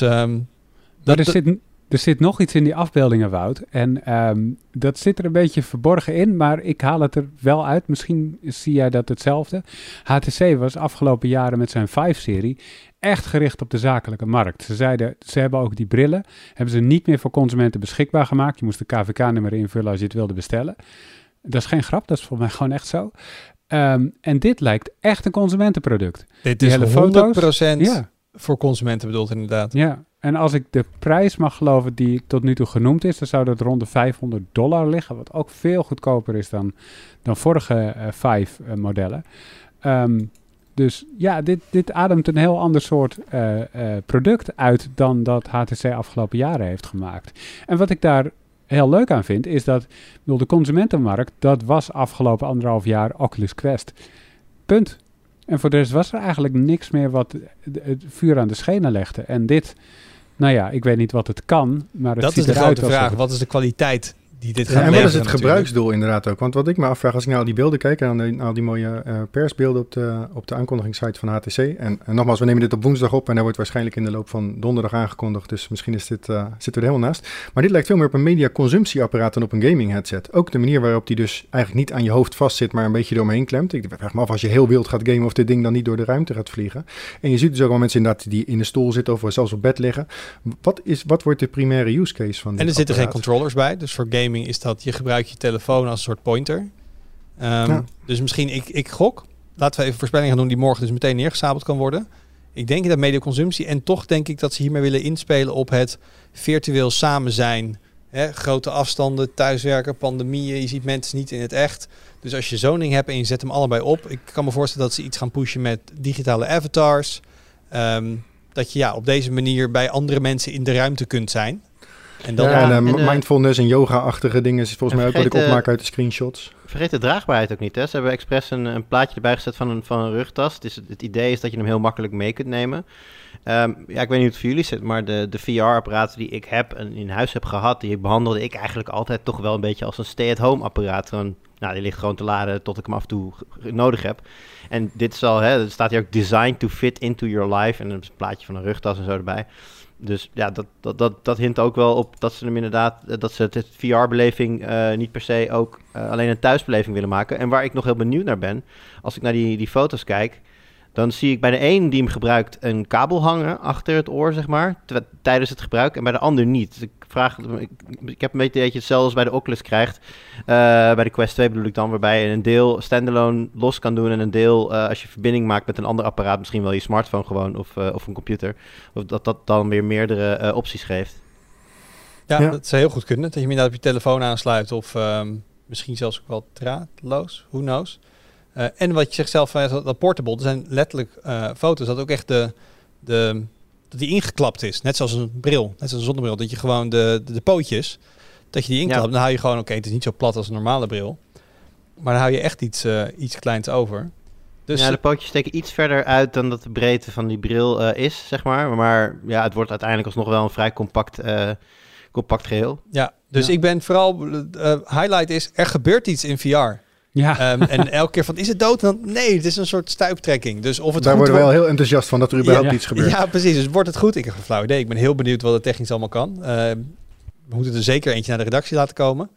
er zit nog iets in die afbeeldingen, Wout. En dat zit er een beetje verborgen in, maar ik haal het er wel uit. Misschien zie jij dat hetzelfde. HTC was afgelopen jaren met zijn Vive-serie echt gericht op de zakelijke markt. Ze zeiden, ze hebben ook die brillen, hebben ze niet meer voor consumenten beschikbaar gemaakt. Je moest de KVK-nummer invullen als je het wilde bestellen. Dat is geen grap, dat is volgens mij gewoon echt zo. En dit lijkt echt een consumentenproduct. Dit is 100% voor consumenten bedoeld inderdaad. Ja, en als ik de prijs mag geloven die tot nu toe genoemd is, dan zou dat rond de $500 liggen, wat ook veel goedkoper is dan vorige Vive-modellen. Dus ja, dit ademt een heel ander soort product uit dan dat HTC afgelopen jaren heeft gemaakt. En wat ik daar heel leuk aan vind, is dat de consumentenmarkt, dat was afgelopen 1,5 jaar Oculus Quest. Punt. En voor de rest was er eigenlijk niks meer wat het vuur aan de schenen legde. En dit, nou ja, ik weet niet wat het kan, maar het dat ziet is de eruit grote vraag. Wat is de kwaliteit die dit gaat en leveren? wat is het gebruiksdoel inderdaad ook? Want wat ik me afvraag als ik naar al die beelden kijk en al die mooie persbeelden op de aankondigingssite van HTC. En nogmaals, we nemen dit op woensdag op en dat wordt waarschijnlijk in de loop van donderdag aangekondigd. Dus misschien is zitten we er helemaal naast. Maar dit lijkt veel meer op een mediaconsumptieapparaat dan op een gaming headset. Ook de manier waarop die dus eigenlijk niet aan je hoofd vastzit, maar een beetje doorheen klemt. Ik vraag me af als je heel wild gaat gamen of dit ding dan niet door de ruimte gaat vliegen. En je ziet dus ook wel mensen inderdaad die in de stoel zitten of zelfs op bed liggen. Wat wordt de primaire use case van dit En er zitten apparaat? geen controllers bij. Dus voor gaming is dat, je gebruikt je telefoon als een soort pointer. Dus misschien, ik gok, laten we even voorspellingen gaan doen die morgen dus meteen neergezabeld kan worden. Ik denk dat mediaconsumptie en toch denk ik dat ze hiermee willen inspelen op het virtueel samen zijn. Grote afstanden, thuiswerken, pandemieën, je ziet mensen niet in het echt. Dus als je zo'n ding hebt en je zet hem allebei op, ik kan me voorstellen dat ze iets gaan pushen met digitale avatars. Dat je op deze manier bij andere mensen in de ruimte kunt zijn. En dan, Ja, en en, mindfulness en yoga-achtige dingen is volgens mij ook wat ik vergeet, opmaak uit de screenshots. Vergeet de draagbaarheid ook niet. Hè? Ze hebben expres een plaatje erbij gezet van een rugtas. Het idee is dat je hem heel makkelijk mee kunt nemen. Ja, ik weet niet hoe het voor jullie zit, maar de VR-apparaten die ik heb en in huis heb gehad, die behandelde ik eigenlijk altijd toch wel een beetje als een stay-at-home apparaat. Die ligt gewoon te laden tot ik hem af en toe nodig heb. En dit is al, er staat hier ook designed to fit into your life. En dan is een plaatje van een rugtas en zo erbij. Dus ja, dat hint ook wel op dat ze hem inderdaad, dat ze het VR-beleving niet per se ook alleen een thuisbeleving willen maken. En waar ik nog heel benieuwd naar ben, als ik naar die foto's kijk, dan zie ik bij de een die hem gebruikt een kabel hangen achter het oor, zeg maar, tijdens het gebruik. En bij de ander niet. Dus ik heb een beetje hetzelfde als bij de Oculus krijgt. Bij de Quest 2 bedoel ik dan, waarbij je een deel standalone los kan doen en een deel, als je verbinding maakt met een ander apparaat, misschien wel je smartphone gewoon of een computer, of dat dan weer meerdere opties geeft. Ja, dat zou heel goed kunnen. Dat je hem inderdaad op je telefoon aansluit of misschien zelfs ook wel draadloos, who knows. En wat je zegt zelf, dat portable, er zijn letterlijk foto's dat ook echt dat die ingeklapt is. Net zoals een bril, net zoals een zonnebril. Dat je gewoon de pootjes, dat je die inklapt. Dan hou je gewoon, het is niet zo plat als een normale bril. Maar dan hou je echt iets kleins over. Dus ja, de pootjes steken iets verder uit dan dat de breedte van die bril is, zeg maar. Maar ja, het wordt uiteindelijk alsnog wel een vrij compact geheel. Ja, dus ik ben vooral, highlight is, er gebeurt iets in VR. Ja. En elke keer van, is het dood? Dan, nee, het is een soort stuiptrekking. Dus of het Daar goed worden we wordt, wel heel enthousiast van dat er überhaupt iets gebeurt. Ja, precies. Dus wordt het goed? Ik heb een flauw idee. Ik ben heel benieuwd wat het technisch allemaal kan. We moeten er zeker eentje naar de redactie laten komen.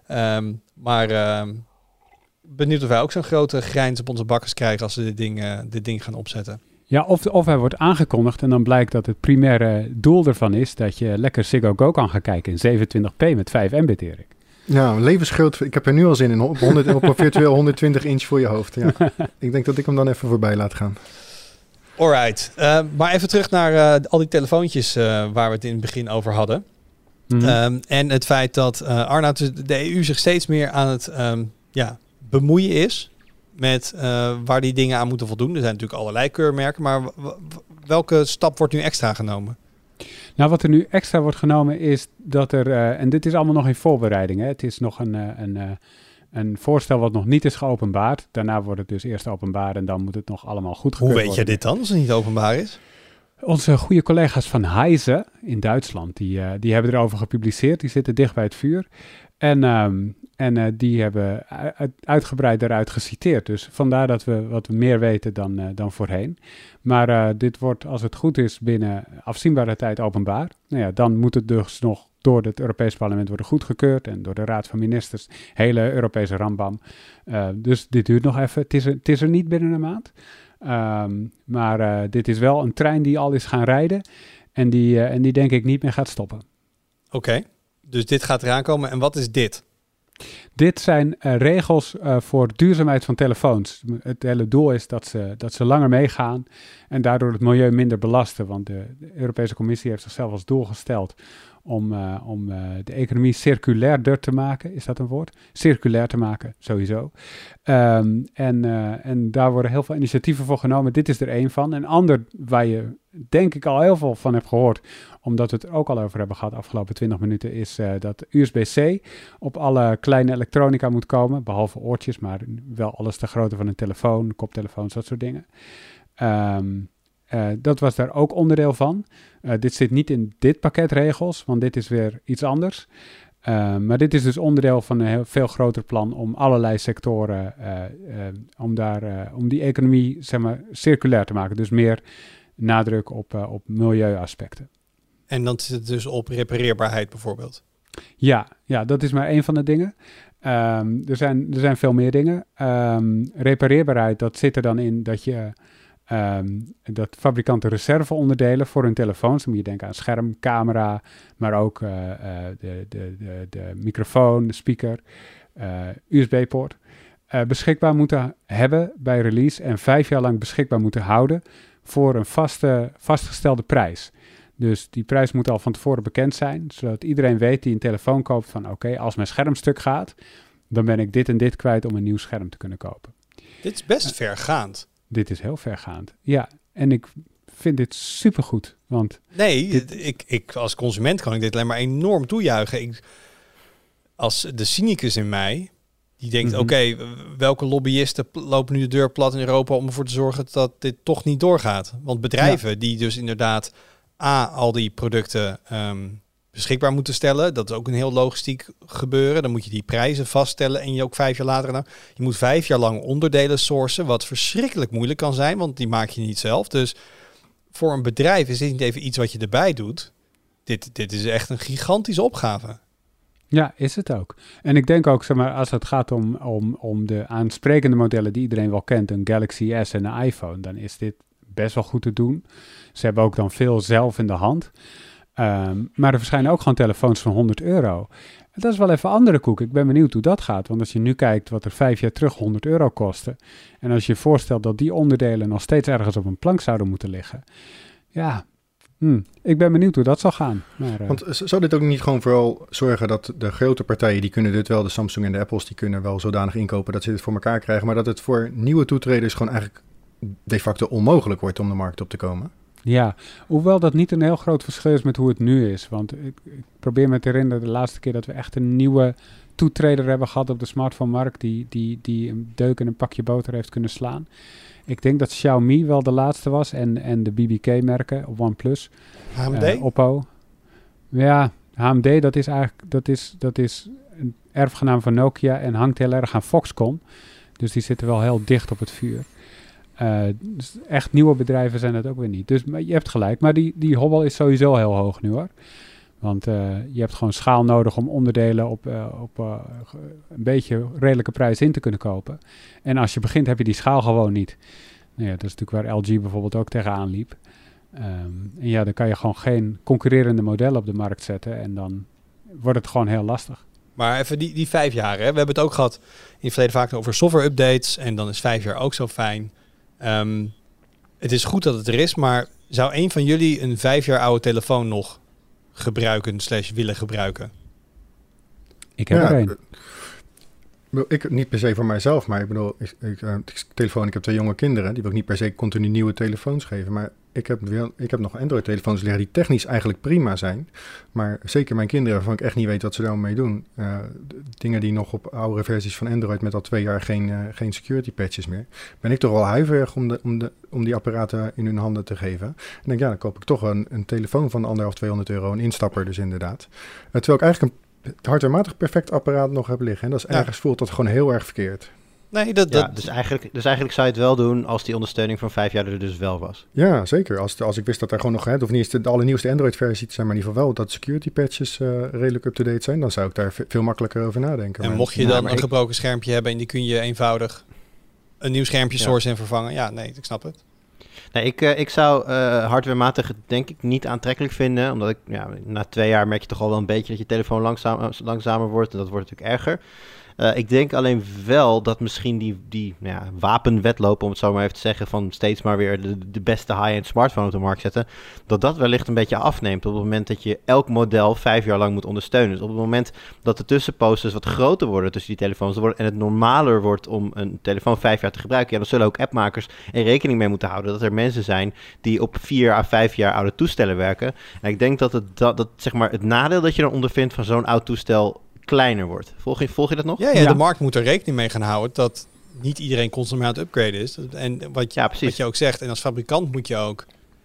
Maar benieuwd of wij ook zo'n grote grijns op onze bakkers krijgen als we dit ding gaan opzetten. Ja, of hij wordt aangekondigd en dan blijkt dat het primaire doel ervan is dat je lekker Ziggo Go kan gaan kijken in 27p met 5 Mbit, Erik. Ja, levensgroot. Ik heb er nu al zin in. Op een virtueel 120 inch voor je hoofd. Ja. Ik denk dat ik hem dan even voorbij laat gaan. Alright. Maar even terug naar al die telefoontjes waar we het in het begin over hadden. Mm-hmm. En het feit dat Arnoud, de EU zich steeds meer aan het bemoeien is met waar die dingen aan moeten voldoen. Er zijn natuurlijk allerlei keurmerken, maar welke stap wordt nu extra genomen? Nou, wat er nu extra wordt genomen is dat er, en dit is allemaal nog in voorbereiding, hè. Het is nog een voorstel wat nog niet is geopenbaard. Daarna wordt het dus eerst openbaar en dan moet het nog allemaal goedgekeurd worden. Hoe weet je dit dan, als het niet openbaar is? Onze goede collega's van Heise in Duitsland, die hebben erover gepubliceerd. Die zitten dicht bij het vuur. En die hebben uitgebreid daaruit geciteerd. Dus vandaar dat we wat meer weten dan voorheen. Maar dit wordt, als het goed is, binnen afzienbare tijd openbaar. Nou ja, dan moet het dus nog door het Europees Parlement worden goedgekeurd. En door de Raad van Ministers, hele Europese rambam. Dus dit duurt nog even. Het is er niet binnen een maand. Maar dit is wel een trein die al is gaan rijden. En die denk ik niet meer gaat stoppen. Oké, dus dit gaat eraan komen. En wat is dit? Dit zijn regels voor duurzaamheid van telefoons. Het hele doel is dat ze langer meegaan en daardoor het milieu minder belasten. Want de Europese Commissie heeft zichzelf als doel gesteld om de economie circulairder te maken. Is dat een woord? Circulair te maken, sowieso. En daar worden heel veel initiatieven voor genomen. Dit is er één van. Een ander waar je denk ik al heel veel van hebt gehoord, omdat we het er ook al over hebben gehad de afgelopen 20 minuten, is dat USB-C op alle kleine elektronica moet komen, behalve oortjes, maar wel alles ter grootte van een telefoon, koptelefoons, dat soort dingen. Dat was daar ook onderdeel van. Dit zit niet in dit pakket regels, want dit is weer iets anders. Maar dit is dus onderdeel van een heel veel groter plan om allerlei sectoren, om die economie zeg maar circulair te maken. Dus meer nadruk op milieuaspecten. En dan zit het dus op repareerbaarheid bijvoorbeeld? Ja, dat is maar één van de dingen. Er zijn veel meer dingen. Repareerbaarheid, dat zit er dan in dat je dat fabrikanten reserveonderdelen voor hun telefoons, dan moet je denken aan scherm, camera, maar ook de microfoon, de speaker, USB-poort, beschikbaar moeten hebben bij release en 5 jaar lang beschikbaar moeten houden voor een vastgestelde prijs. Dus die prijs moet al van tevoren bekend zijn, zodat iedereen weet die een telefoon koopt van oké, als mijn scherm stuk gaat, dan ben ik dit en dit kwijt om een nieuw scherm te kunnen kopen. Dit is best vergaand. Dit is heel vergaand, ja. En ik vind dit supergoed. Want Nee, ik als consument kan ik dit alleen maar enorm toejuichen. Als de cynicus in mij, die denkt, oké, welke lobbyisten lopen nu de deur plat in Europa om ervoor te zorgen dat dit toch niet doorgaat? Want bedrijven die dus inderdaad al die producten beschikbaar moeten stellen, dat is ook een heel logistiek gebeuren. Dan moet je die prijzen vaststellen en je ook 5 jaar later, je moet 5 jaar lang onderdelen sourcen, wat verschrikkelijk moeilijk kan zijn, want die maak je niet zelf. Dus voor een bedrijf is dit niet even iets wat je erbij doet. Dit is echt een gigantische opgave. ja, is het ook. En ik denk ook, zeg maar, als het gaat om de aansprekende modellen die iedereen wel kent, een Galaxy S en een iPhone, dan is dit best wel goed te doen. Ze hebben ook dan veel zelf in de hand. Maar er verschijnen ook gewoon telefoons van €100. Dat is wel even andere koek. Ik ben benieuwd hoe dat gaat. Want als je nu kijkt wat er 5 jaar terug €100 kostte, en als je je voorstelt dat die onderdelen nog steeds ergens op een plank zouden moeten liggen. Ja, ik ben benieuwd hoe dat zal gaan. Maar, Want zou dit ook niet gewoon vooral zorgen dat de grote partijen, die kunnen dit wel, de Samsung en de Apples, die kunnen wel zodanig inkopen dat ze dit voor elkaar krijgen, maar dat het voor nieuwe toetreders gewoon eigenlijk de facto onmogelijk wordt om de markt op te komen? Ja, hoewel dat niet een heel groot verschil is met hoe het nu is. Want ik probeer me te herinneren de laatste keer dat we echt een nieuwe toetreder hebben gehad op de smartphone-markt die een deuk in een pakje boter heeft kunnen slaan. Ik denk dat Xiaomi wel de laatste was en de BBK-merken, OnePlus, AMD? Oppo. Ja, AMD, dat is een erfgenaam van Nokia en hangt heel erg aan Foxconn. Dus die zitten wel heel dicht op het vuur. Dus echt nieuwe bedrijven zijn dat ook weer niet. Dus maar je hebt gelijk. Maar die hobbel is sowieso heel hoog nu hoor. Want je hebt gewoon schaal nodig om onderdelen op een beetje redelijke prijs in te kunnen kopen. En als je begint heb je die schaal gewoon niet. Nou ja, dat is natuurlijk waar LG bijvoorbeeld ook tegenaan liep. En ja, dan kan je gewoon geen concurrerende modellen op de markt zetten. En dan wordt het gewoon heel lastig. Maar even die 5 jaar. Hè? We hebben het ook gehad in het verleden vaak over software updates. En dan is 5 jaar ook zo fijn. Het is goed dat het er is, maar zou een van jullie een 5 jaar oude telefoon nog gebruiken / willen gebruiken? Ik heb er een. Ik niet per se voor mijzelf, maar ik bedoel, ik heb 2 jonge kinderen, die wil ik niet per se continu nieuwe telefoons geven, maar ik heb nog Android-telefoons liggen die technisch eigenlijk prima zijn, maar zeker mijn kinderen, waarvan ik echt niet weet wat ze daarmee doen, dingen die nog op oudere versies van Android met al 2 jaar geen security patches meer, ben ik toch wel huiverig om die apparaten in hun handen te geven. En denk, ja, dan koop ik toch een telefoon van €150-200, een instapper dus inderdaad. Terwijl ik eigenlijk een hardwarematig perfect apparaat nog heb liggen. En dat is ergens voelt dat gewoon heel erg verkeerd. Nee, dus eigenlijk zou je het wel doen als die ondersteuning van 5 jaar er dus wel was. Ja, zeker. Als ik wist dat er gewoon nog, of niet eens de allernieuwste Android-versie zijn, maar in ieder geval wel dat security patches redelijk up-to-date zijn, dan zou ik daar veel makkelijker over nadenken. En mocht je dan een gebroken schermpje hebben en die kun je eenvoudig een nieuw schermpje sourcen en vervangen. Ja, nee, ik snap het. Nee, ik zou hardwarematig denk ik niet aantrekkelijk vinden. Omdat na 2 jaar merk je toch al wel een beetje dat je telefoon langzamer wordt. En dat wordt natuurlijk erger. Ik denk alleen wel dat misschien die wapenwedloop, om het zo maar even te zeggen, van steeds maar weer de beste high-end smartphone op de markt zetten, dat wellicht een beetje afneemt op het moment dat je elk model 5 jaar lang moet ondersteunen. Dus op het moment dat de tussenposters wat groter worden tussen die telefoons en het normaler wordt om een telefoon 5 jaar te gebruiken, dan zullen ook appmakers er rekening mee moeten houden dat er mensen zijn die op 4 à 5 jaar oude toestellen werken. En ik denk dat zeg maar het nadeel dat je dan ondervindt van zo'n oud toestel kleiner wordt. Volg je dat nog? Ja, de markt moet er rekening mee gaan houden dat niet iedereen constant aan het upgraden is. En wat je ook zegt, en als fabrikant moet je ook,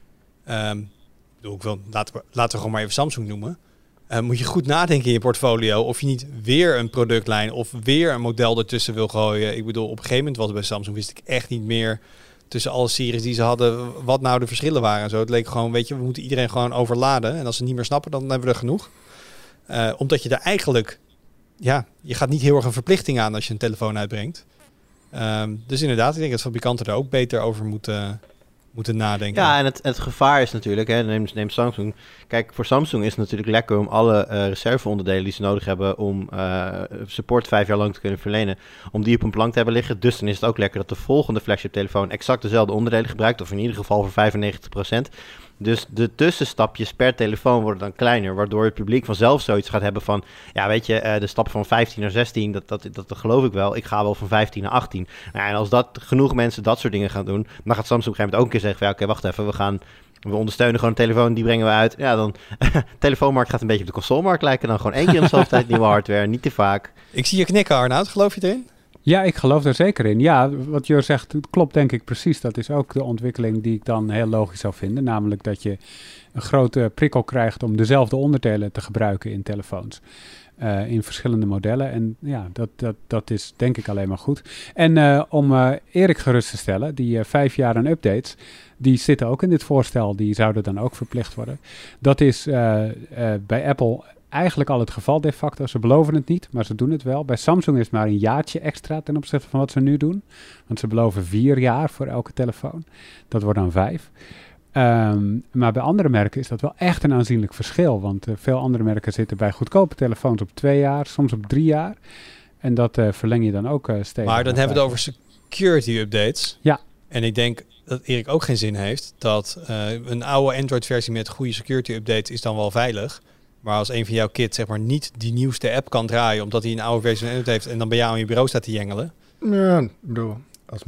laten we gewoon maar even Samsung noemen, moet je goed nadenken in je portfolio of je niet weer een productlijn of weer een model ertussen wil gooien. Ik bedoel, op een gegeven moment was het bij Samsung, wist ik echt niet meer tussen alle series die ze hadden, wat nou de verschillen waren en zo. Het leek gewoon, we moeten iedereen gewoon overladen. En als ze niet meer snappen, dan hebben we er genoeg. Omdat je daar eigenlijk, je gaat niet heel erg een verplichting aan als je een telefoon uitbrengt. Dus inderdaad, ik denk dat fabrikanten er ook beter over moeten nadenken. Ja, en het gevaar is natuurlijk, neem Samsung. Kijk, voor Samsung is het natuurlijk lekker om alle reserveonderdelen die ze nodig hebben om support 5 jaar lang te kunnen verlenen, om die op een plank te hebben liggen. Dus dan is het ook lekker dat de volgende flagship telefoon exact dezelfde onderdelen gebruikt, of in ieder geval voor 95%. Dus de tussenstapjes per telefoon worden dan kleiner, waardoor het publiek vanzelf zoiets gaat hebben van, ja, weet je, de stap van 15 naar 16, dat geloof ik wel. Ik ga wel van 15 naar 18. Nou, en als genoeg mensen dat soort dingen gaan doen, dan gaat Samsung op een gegeven moment ook een keer zeggen van, ja, oké, wacht even, we ondersteunen gewoon een telefoon, die brengen we uit. Ja, dan, de telefoonmarkt gaat een beetje op de consolemarkt lijken. Dan gewoon 1 keer in de zoveel tijd nieuwe hardware, niet te vaak. Ik zie je knikken, Arnoud. Geloof je erin? Ja, ik geloof er zeker in. Ja, wat Jur zegt, klopt denk ik precies. Dat is ook de ontwikkeling die ik dan heel logisch zou vinden. Namelijk dat je een grote prikkel krijgt om dezelfde onderdelen te gebruiken in telefoons. In verschillende modellen. En ja, dat is denk ik alleen maar goed. En om Erik gerust te stellen, die 5 jaar aan updates, die zitten ook in dit voorstel. Die zouden dan ook verplicht worden. Dat is bij Apple eigenlijk al het geval de facto. Ze beloven het niet, maar ze doen het wel. Bij Samsung is het maar een jaartje extra ten opzichte van wat ze nu doen. Want ze beloven 4 jaar voor elke telefoon. Dat wordt dan 5. Maar bij andere merken is dat wel echt een aanzienlijk verschil. Want veel andere merken zitten bij goedkope telefoons op 2 jaar, soms op 3 jaar. En dat verleng je dan ook steeds. Maar dan hebben we het over security updates. Ja. En ik denk dat Erik ook geen zin heeft dat een oude Android-versie met goede security updates is dan wel veilig. Maar als een van jouw kids zeg maar niet die nieuwste app kan draaien omdat hij een oude versie van Android heeft en dan bij jou aan je bureau staat te jengelen. Ja, ik bedoel,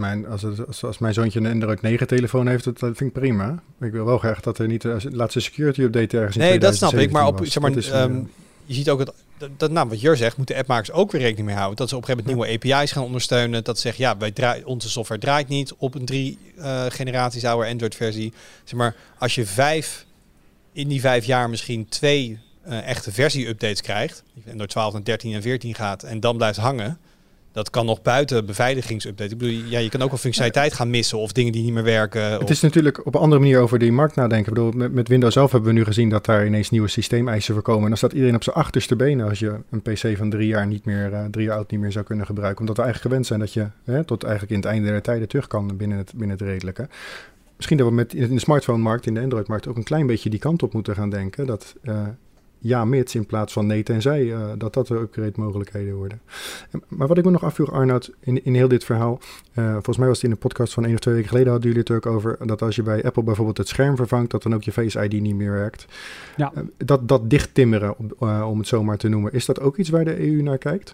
als mijn zoontje een Android 9 telefoon heeft, dat vind ik prima. Ik wil wel graag dat er niet de laatste security update ergens in 2017 dat snap ik, maar was. Zeg maar, je ziet ook wat Jur zegt, moeten appmakers ook weer rekening mee houden. Dat ze op een gegeven moment nieuwe API's gaan ondersteunen. Dat ze zeggen, ja, onze software draait niet op een 3 generaties oude Android versie. Zeg maar, als je in die 5 jaar misschien 2 echte versie-updates krijgt, Android 12 naar 13 en 14 gaat en dan blijft hangen, dat kan nog buiten beveiligingsupdate. Ik bedoel, ja, je kan ook wel functionaliteit gaan missen of dingen die niet meer werken. Het is natuurlijk op een andere manier over die markt nadenken. Ik bedoel, met Windows 11 hebben we nu gezien dat daar ineens nieuwe systeemeisen voor komen. En dan staat iedereen op zijn achterste benen als je een PC van 3 jaar 3 jaar oud niet meer zou kunnen gebruiken. Omdat we eigenlijk gewend zijn dat je tot eigenlijk in het einde der tijden terug kan binnen het redelijke. Misschien dat we in de smartphone-markt, in de Android-markt, ook een klein beetje die kant op moeten gaan denken. Dat ja, mits in plaats van nee tenzij, dat er upgrade mogelijkheden worden. Maar wat ik me nog afvroeg, Arnoud, in heel dit verhaal, volgens mij was het in de podcast van 1 of 2 weken geleden, hadden jullie het ook over dat als je bij Apple bijvoorbeeld het scherm vervangt, dat dan ook je Face ID niet meer werkt. Ja. Dat dichttimmeren, om het zo maar te noemen, is dat ook iets waar de EU naar kijkt?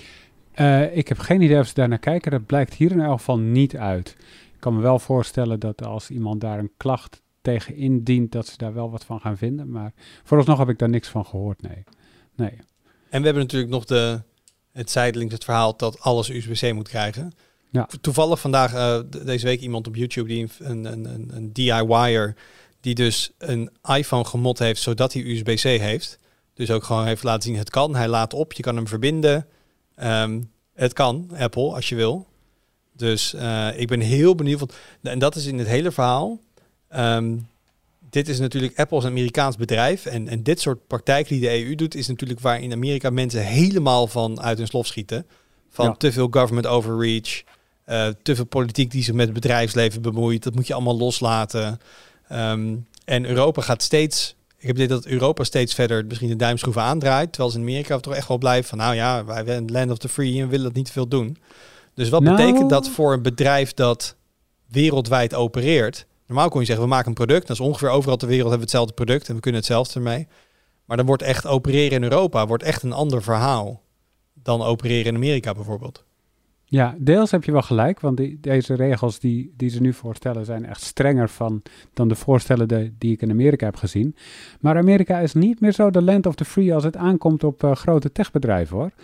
Ik heb geen idee of ze daar naar kijken. Dat blijkt hier in elk geval niet uit. Ik kan me wel voorstellen dat als iemand daar een klacht tegen indient, dat ze daar wel wat van gaan vinden. Maar vooralsnog heb ik daar niks van gehoord, nee. En we hebben natuurlijk nog het zijdelings het verhaal dat alles USB-C moet krijgen. Ja. Toevallig vandaag, deze week, iemand op YouTube, die een DIY'er, die dus een iPhone gemod heeft, zodat hij USB-C heeft. Dus ook gewoon heeft laten zien, het kan. Hij laat op, je kan hem verbinden. Het kan, Apple, als je wil. Dus ik ben heel benieuwd. En dat is in het hele verhaal. Dit is natuurlijk Apple is een Amerikaans bedrijf. En dit soort praktijken die de EU doet, is natuurlijk waar in Amerika mensen helemaal van uit hun slof schieten. Van te veel government overreach. Te veel politiek die zich met het bedrijfsleven bemoeit. Dat moet je allemaal loslaten. En Europa gaat steeds... Ik heb dit dat Europa steeds verder misschien de duimschroeven aandraait. Terwijl ze in Amerika toch echt wel blijven van, nou ja, wij zijn land of the free en willen dat niet te veel doen. Dus wat betekent dat voor een bedrijf dat wereldwijd opereert? Normaal kon je zeggen, we maken een product. Dat is ongeveer overal ter wereld hebben we hetzelfde product en we kunnen hetzelfde ermee. Maar dan wordt echt opereren in Europa wordt echt een ander verhaal dan opereren in Amerika bijvoorbeeld. Ja, deels heb je wel gelijk, want deze regels die ze nu voorstellen zijn echt strenger dan de voorstellen die ik in Amerika heb gezien. Maar Amerika is niet meer zo de land of the free als het aankomt op grote techbedrijven, hoor.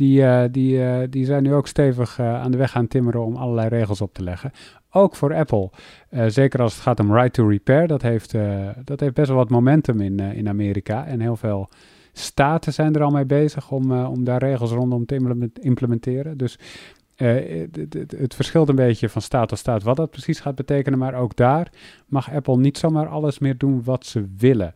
Die zijn nu ook stevig aan de weg gaan timmeren om allerlei regels op te leggen. Ook voor Apple. Zeker als het gaat om right to repair. Dat heeft best wel wat momentum in Amerika. En heel veel staten zijn er al mee bezig om daar regels rondom te implementeren. Dus het verschilt een beetje van staat tot staat wat dat precies gaat betekenen. Maar ook daar mag Apple niet zomaar alles meer doen wat ze willen.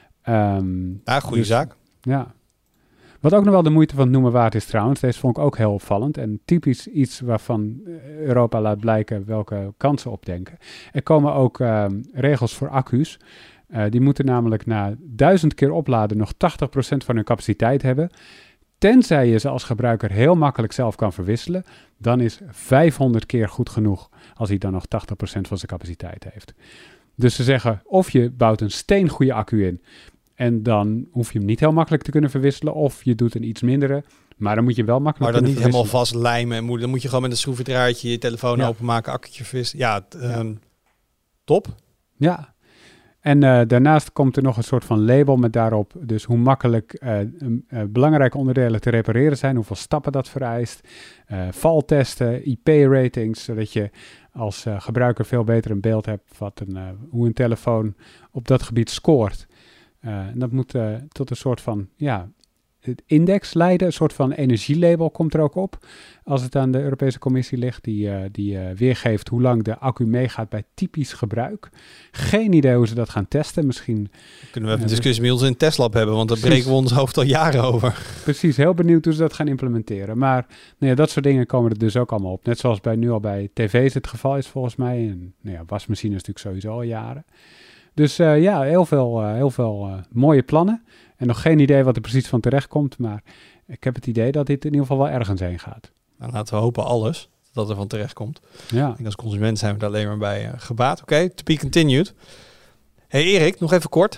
Goede zaak. Ja. Wat ook nog wel de moeite van het noemen waard is trouwens, deze vond ik ook heel opvallend en typisch iets waarvan Europa laat blijken welke kansen opdenken. Er komen ook regels voor accu's. Die moeten namelijk na 1000 keer opladen nog 80% van hun capaciteit hebben. Tenzij je ze als gebruiker heel makkelijk zelf kan verwisselen, dan is 500 keer goed genoeg als hij dan nog 80% van zijn capaciteit heeft. Dus ze zeggen, of je bouwt een steengoede accu in en dan hoef je hem niet heel makkelijk te kunnen verwisselen, of je doet een iets mindere, maar dan moet je wel makkelijk Maar dan kunnen niet helemaal verwisselen. vastlijmen. Dan moet je gewoon met een schroevendraadje je telefoon openmaken, accu'tje verwisselen. Ja, top. Ja. En daarnaast komt er nog een soort van label met daarop dus hoe makkelijk belangrijke onderdelen te repareren zijn, hoeveel stappen dat vereist, valtesten, IP-ratings, zodat je als gebruiker veel beter een beeld hebt van hoe een telefoon op dat gebied scoort. En dat moet tot een soort van het index leiden, een soort van energielabel komt er ook op. Als het aan de Europese Commissie ligt, die weergeeft hoe lang de accu meegaat bij typisch gebruik. Geen idee hoe ze dat gaan testen. Misschien kunnen we even een discussie met ons in het testlab hebben, want daar breken we ons hoofd al jaren over. Precies, heel benieuwd hoe ze dat gaan implementeren. Maar dat soort dingen komen er dus ook allemaal op. Net zoals nu al bij tv's het geval is volgens mij. En wasmachines natuurlijk sowieso al jaren. Dus heel veel mooie plannen. En nog geen idee wat er precies van terecht komt. Maar ik heb het idee dat dit in ieder geval wel ergens heen gaat. Nou, laten we hopen alles dat er van terecht komt. Ja. En als consument zijn we daar alleen maar bij gebaat. Oké, to be continued. Hey Erik, nog even kort.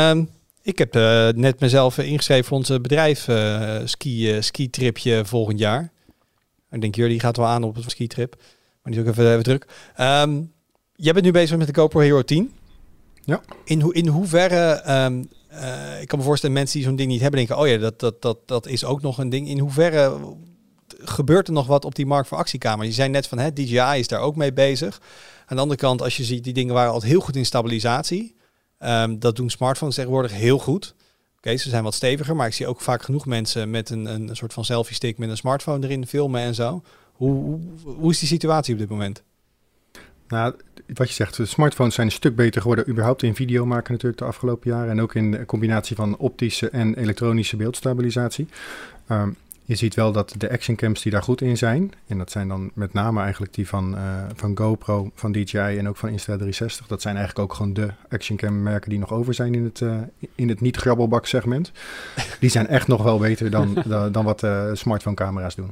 Ik heb net mezelf ingeschreven voor ons bedrijf ski-tripje volgend jaar. Ik denk, jullie gaat wel aan op een skitrip. Maar die is ook even druk. Jij bent nu bezig met de GoPro Hero 10. Ja. In hoeverre... ik kan me voorstellen, mensen die zo'n ding niet hebben, denken, oh ja, dat is ook nog een ding. In hoeverre gebeurt er nog wat op die markt voor actiecamera? Je zei net van, DJI is daar ook mee bezig. Aan de andere kant, als je ziet, die dingen waren altijd heel goed in stabilisatie. Dat doen smartphones tegenwoordig heel goed. Oké, ze zijn wat steviger, maar ik zie ook vaak genoeg mensen met een soort van selfie stick met een smartphone erin filmen en zo. Hoe is die situatie op dit moment? Nou, wat je zegt, de smartphones zijn een stuk beter geworden überhaupt in video maken natuurlijk de afgelopen jaren. En ook in de combinatie van optische en elektronische beeldstabilisatie. Je ziet wel dat de actioncams die daar goed in zijn, en dat zijn dan met name eigenlijk die van GoPro, van DJI en ook van Insta360. Dat zijn eigenlijk ook gewoon de actioncam merken die nog over zijn in het niet-grabbelbak segment. Die zijn echt nog wel beter dan wat smartphone camera's doen.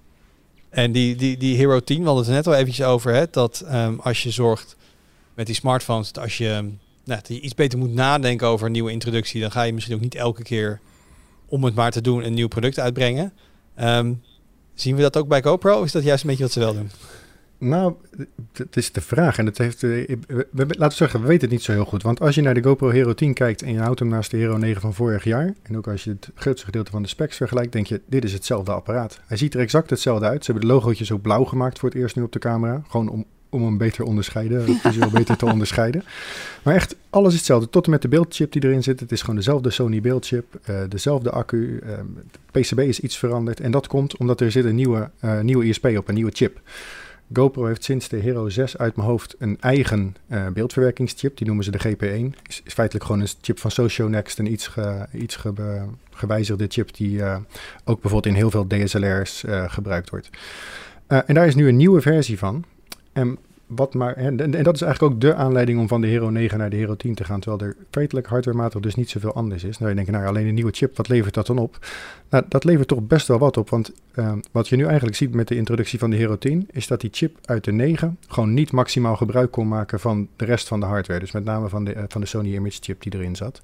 En die Hero 10, we hadden het er net al eventjes over, dat als je zorgt met die smartphones, dat als je iets beter moet nadenken over een nieuwe introductie, dan ga je misschien ook niet elke keer, om het maar te doen, een nieuw product uitbrengen. Zien we dat ook bij GoPro? Of is dat juist een beetje wat ze wel doen? Nou, het is de vraag. En laten we zeggen, we weten het niet zo heel goed. Want als je naar de GoPro Hero 10 kijkt en je houdt hem naast de Hero 9 van vorig jaar, en ook als je het grootste gedeelte van de specs vergelijkt, denk je, dit is hetzelfde apparaat. Hij ziet er exact hetzelfde uit. Ze hebben de logootjes ook blauw gemaakt voor het eerst nu op de camera. Gewoon om hem beter onderscheiden, visueel beter te onderscheiden. Maar echt, alles is hetzelfde. Tot en met de beeldchip die erin zit. Het is gewoon dezelfde Sony beeldchip, dezelfde accu. De PCB is iets veranderd. En dat komt omdat er zit een nieuwe ISP op, een nieuwe chip. GoPro heeft sinds de Hero 6 uit mijn hoofd een eigen beeldverwerkingschip. Die noemen ze de GP1. Is feitelijk gewoon een chip van Socionext. Een iets gewijzigde chip die ook bijvoorbeeld in heel veel DSLR's gebruikt wordt. En daar is nu een nieuwe versie van. En dat is eigenlijk ook de aanleiding om van de Hero 9 naar de Hero 10 te gaan. Terwijl er feitelijk hardwarematig dus niet zoveel anders is. Nou, je denkt, alleen een nieuwe chip, wat levert dat dan op? Nou, dat levert toch best wel wat op. Want wat je nu eigenlijk ziet met de introductie van de Hero 10... is dat die chip uit de 9 gewoon niet maximaal gebruik kon maken van de rest van de hardware. Dus met name van de Sony Image chip die erin zat.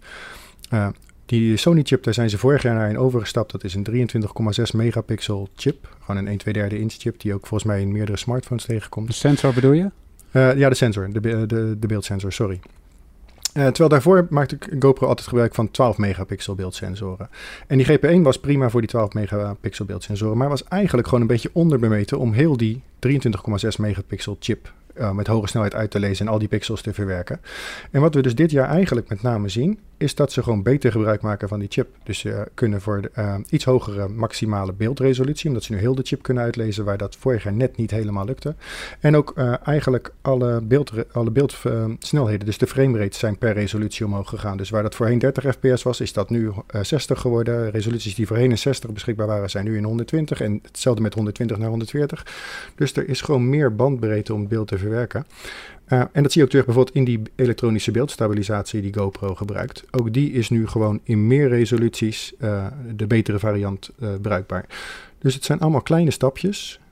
Die Sony chip, daar zijn ze vorig jaar naar in overgestapt. Dat is een 23,6 megapixel chip. Gewoon een 1/2 inch chip die ook volgens mij in meerdere smartphones tegenkomt. De sensor bedoel je? Ja, de sensor. De beeldsensor, sorry. Terwijl daarvoor maakte GoPro altijd gebruik van 12 megapixel beeldsensoren. En die GP1 was prima voor die 12 megapixel beeldsensoren. Maar was eigenlijk gewoon een beetje onderbemeten om heel die 23,6 megapixel chip met hoge snelheid uit te lezen en al die pixels te verwerken. En wat we dus dit jaar eigenlijk met name zien, is dat ze gewoon beter gebruik maken van die chip. Dus ze kunnen voor iets hogere maximale beeldresolutie, omdat ze nu heel de chip kunnen uitlezen, waar dat vorig jaar net niet helemaal lukte. En ook eigenlijk alle beeldsnelheden, dus de framerates zijn per resolutie omhoog gegaan. Dus waar dat voorheen 30 fps was, is dat nu 60 geworden. Resoluties die voorheen in 60 beschikbaar waren, zijn nu in 120 en hetzelfde met 120 naar 140. Dus er is gewoon meer bandbreedte om het beeld te verwerken. En dat zie je ook terug bijvoorbeeld in die elektronische beeldstabilisatie die GoPro gebruikt. Ook die is nu gewoon in meer resoluties de betere variant bruikbaar. Dus het zijn allemaal kleine stapjes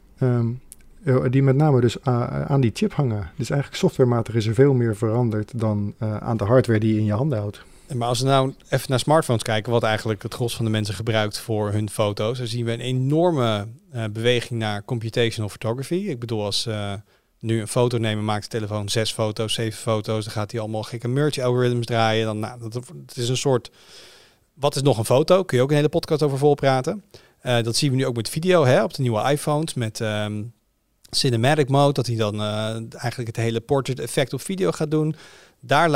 die met name dus aan die chip hangen. Dus eigenlijk softwarematig is er veel meer veranderd dan aan de hardware die je in je handen houdt. Maar als we nou even naar smartphones kijken, wat eigenlijk het gros van de mensen gebruikt voor hun foto's, dan zien we een enorme beweging naar computational photography. Ik bedoel, als nu een foto nemen, maakt de telefoon 6 foto's, 7 foto's, dan gaat hij allemaal gekke merge algorithms draaien. Dan, het is een soort, wat is nog een foto? Kun je ook een hele podcast over volpraten. Dat zien we nu ook met video, hè, op de nieuwe iPhones met cinematic mode, dat hij dan eigenlijk het hele portrait effect op video gaat doen. Daar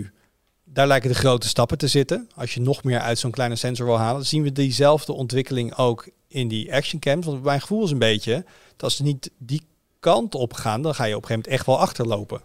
lijken de grote stappen te zitten. Als je nog meer uit zo'n kleine sensor wil halen, dan zien we diezelfde ontwikkeling ook in die action cams. Want mijn gevoel is een beetje, dat als ze niet die kant op gaan, dan ga je op een gegeven moment echt wel achterlopen.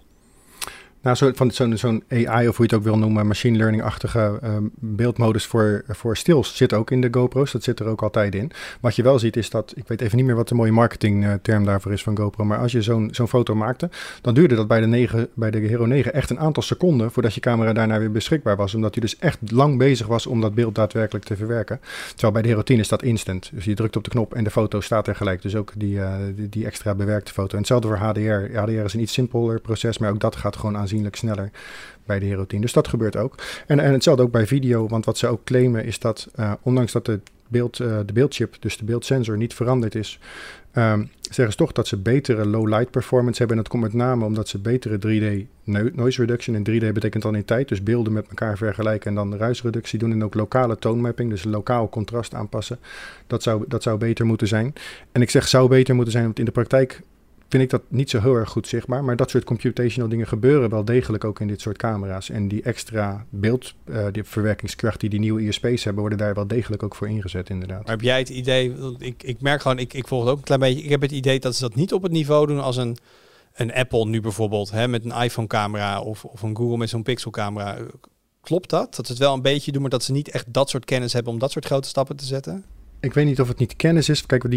Nou, zo'n AI, of hoe je het ook wil noemen, machine learning-achtige beeldmodus voor stills zit ook in de GoPro's. Dat zit er ook altijd in. Wat je wel ziet is dat, ik weet even niet meer wat de mooie marketingterm daarvoor is van GoPro, maar als je zo'n foto maakte, dan duurde dat bij de Hero 9 echt een aantal seconden voordat je camera daarna weer beschikbaar was. Omdat hij dus echt lang bezig was om dat beeld daadwerkelijk te verwerken. Terwijl bij de Hero 10 is dat instant. Dus je drukt op de knop en de foto staat er gelijk. Dus ook die extra bewerkte foto. En hetzelfde voor HDR. HDR is een iets simpeler proces, maar ook dat gaat gewoon aanzienlijk sneller bij de Hero 10. Dus dat gebeurt ook. En hetzelfde ook bij video, want wat ze ook claimen is dat ondanks dat de beeldchip, dus de beeldsensor, niet veranderd is, zeggen ze toch dat ze betere low light performance hebben. En dat komt met name omdat ze betere 3D noise reduction, en 3D betekent dan in tijd, dus beelden met elkaar vergelijken en dan ruisreductie doen en ook lokale tone mapping, dus lokaal contrast aanpassen. Dat zou beter moeten zijn. En ik zeg zou beter moeten zijn, want in de praktijk vind ik dat niet zo heel erg goed zichtbaar. Maar dat soort computational dingen gebeuren wel degelijk ook in dit soort camera's. En die extra die verwerkingskracht die nieuwe ISP's hebben, worden daar wel degelijk ook voor ingezet inderdaad. Maar heb jij het idee, ik merk gewoon, ik volg het ook een klein beetje, ik heb het idee dat ze dat niet op het niveau doen als een Apple nu bijvoorbeeld, hè, met een iPhone camera of een Google met zo'n Pixel camera. Klopt dat? Dat ze het wel een beetje doen, maar dat ze niet echt dat soort kennis hebben om dat soort grote stappen te zetten? Ik weet niet of het niet kennis is. Kijk,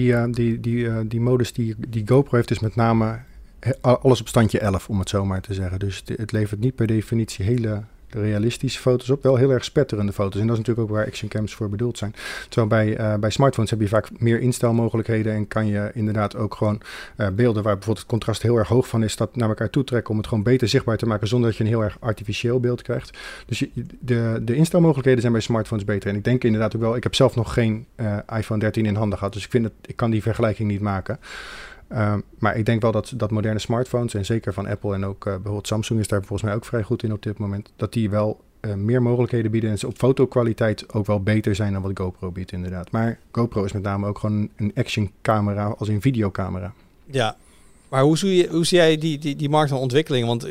die modus die GoPro heeft is met name alles op standje 11, om het zo maar te zeggen. Dus het levert niet per definitie hele realistische foto's op. Wel heel erg spetterende foto's. En dat is natuurlijk ook waar actioncams voor bedoeld zijn. Terwijl bij smartphones heb je vaak meer instelmogelijkheden en kan je inderdaad ook gewoon beelden waar bijvoorbeeld het contrast heel erg hoog van is, dat naar elkaar toe trekken om het gewoon beter zichtbaar te maken zonder dat je een heel erg artificieel beeld krijgt. Dus de instelmogelijkheden zijn bij smartphones beter. En ik denk inderdaad ook wel, ik heb zelf nog geen iPhone 13 in handen gehad, dus ik kan die vergelijking niet maken. Maar ik denk wel dat moderne smartphones, en zeker van Apple en ook bijvoorbeeld Samsung is daar volgens mij ook vrij goed in op dit moment, dat die wel meer mogelijkheden bieden en ze op fotokwaliteit ook wel beter zijn dan wat GoPro biedt inderdaad. Maar GoPro is met name ook gewoon een action camera als een videocamera. Ja, maar hoe zie jij die markt van ontwikkeling? Want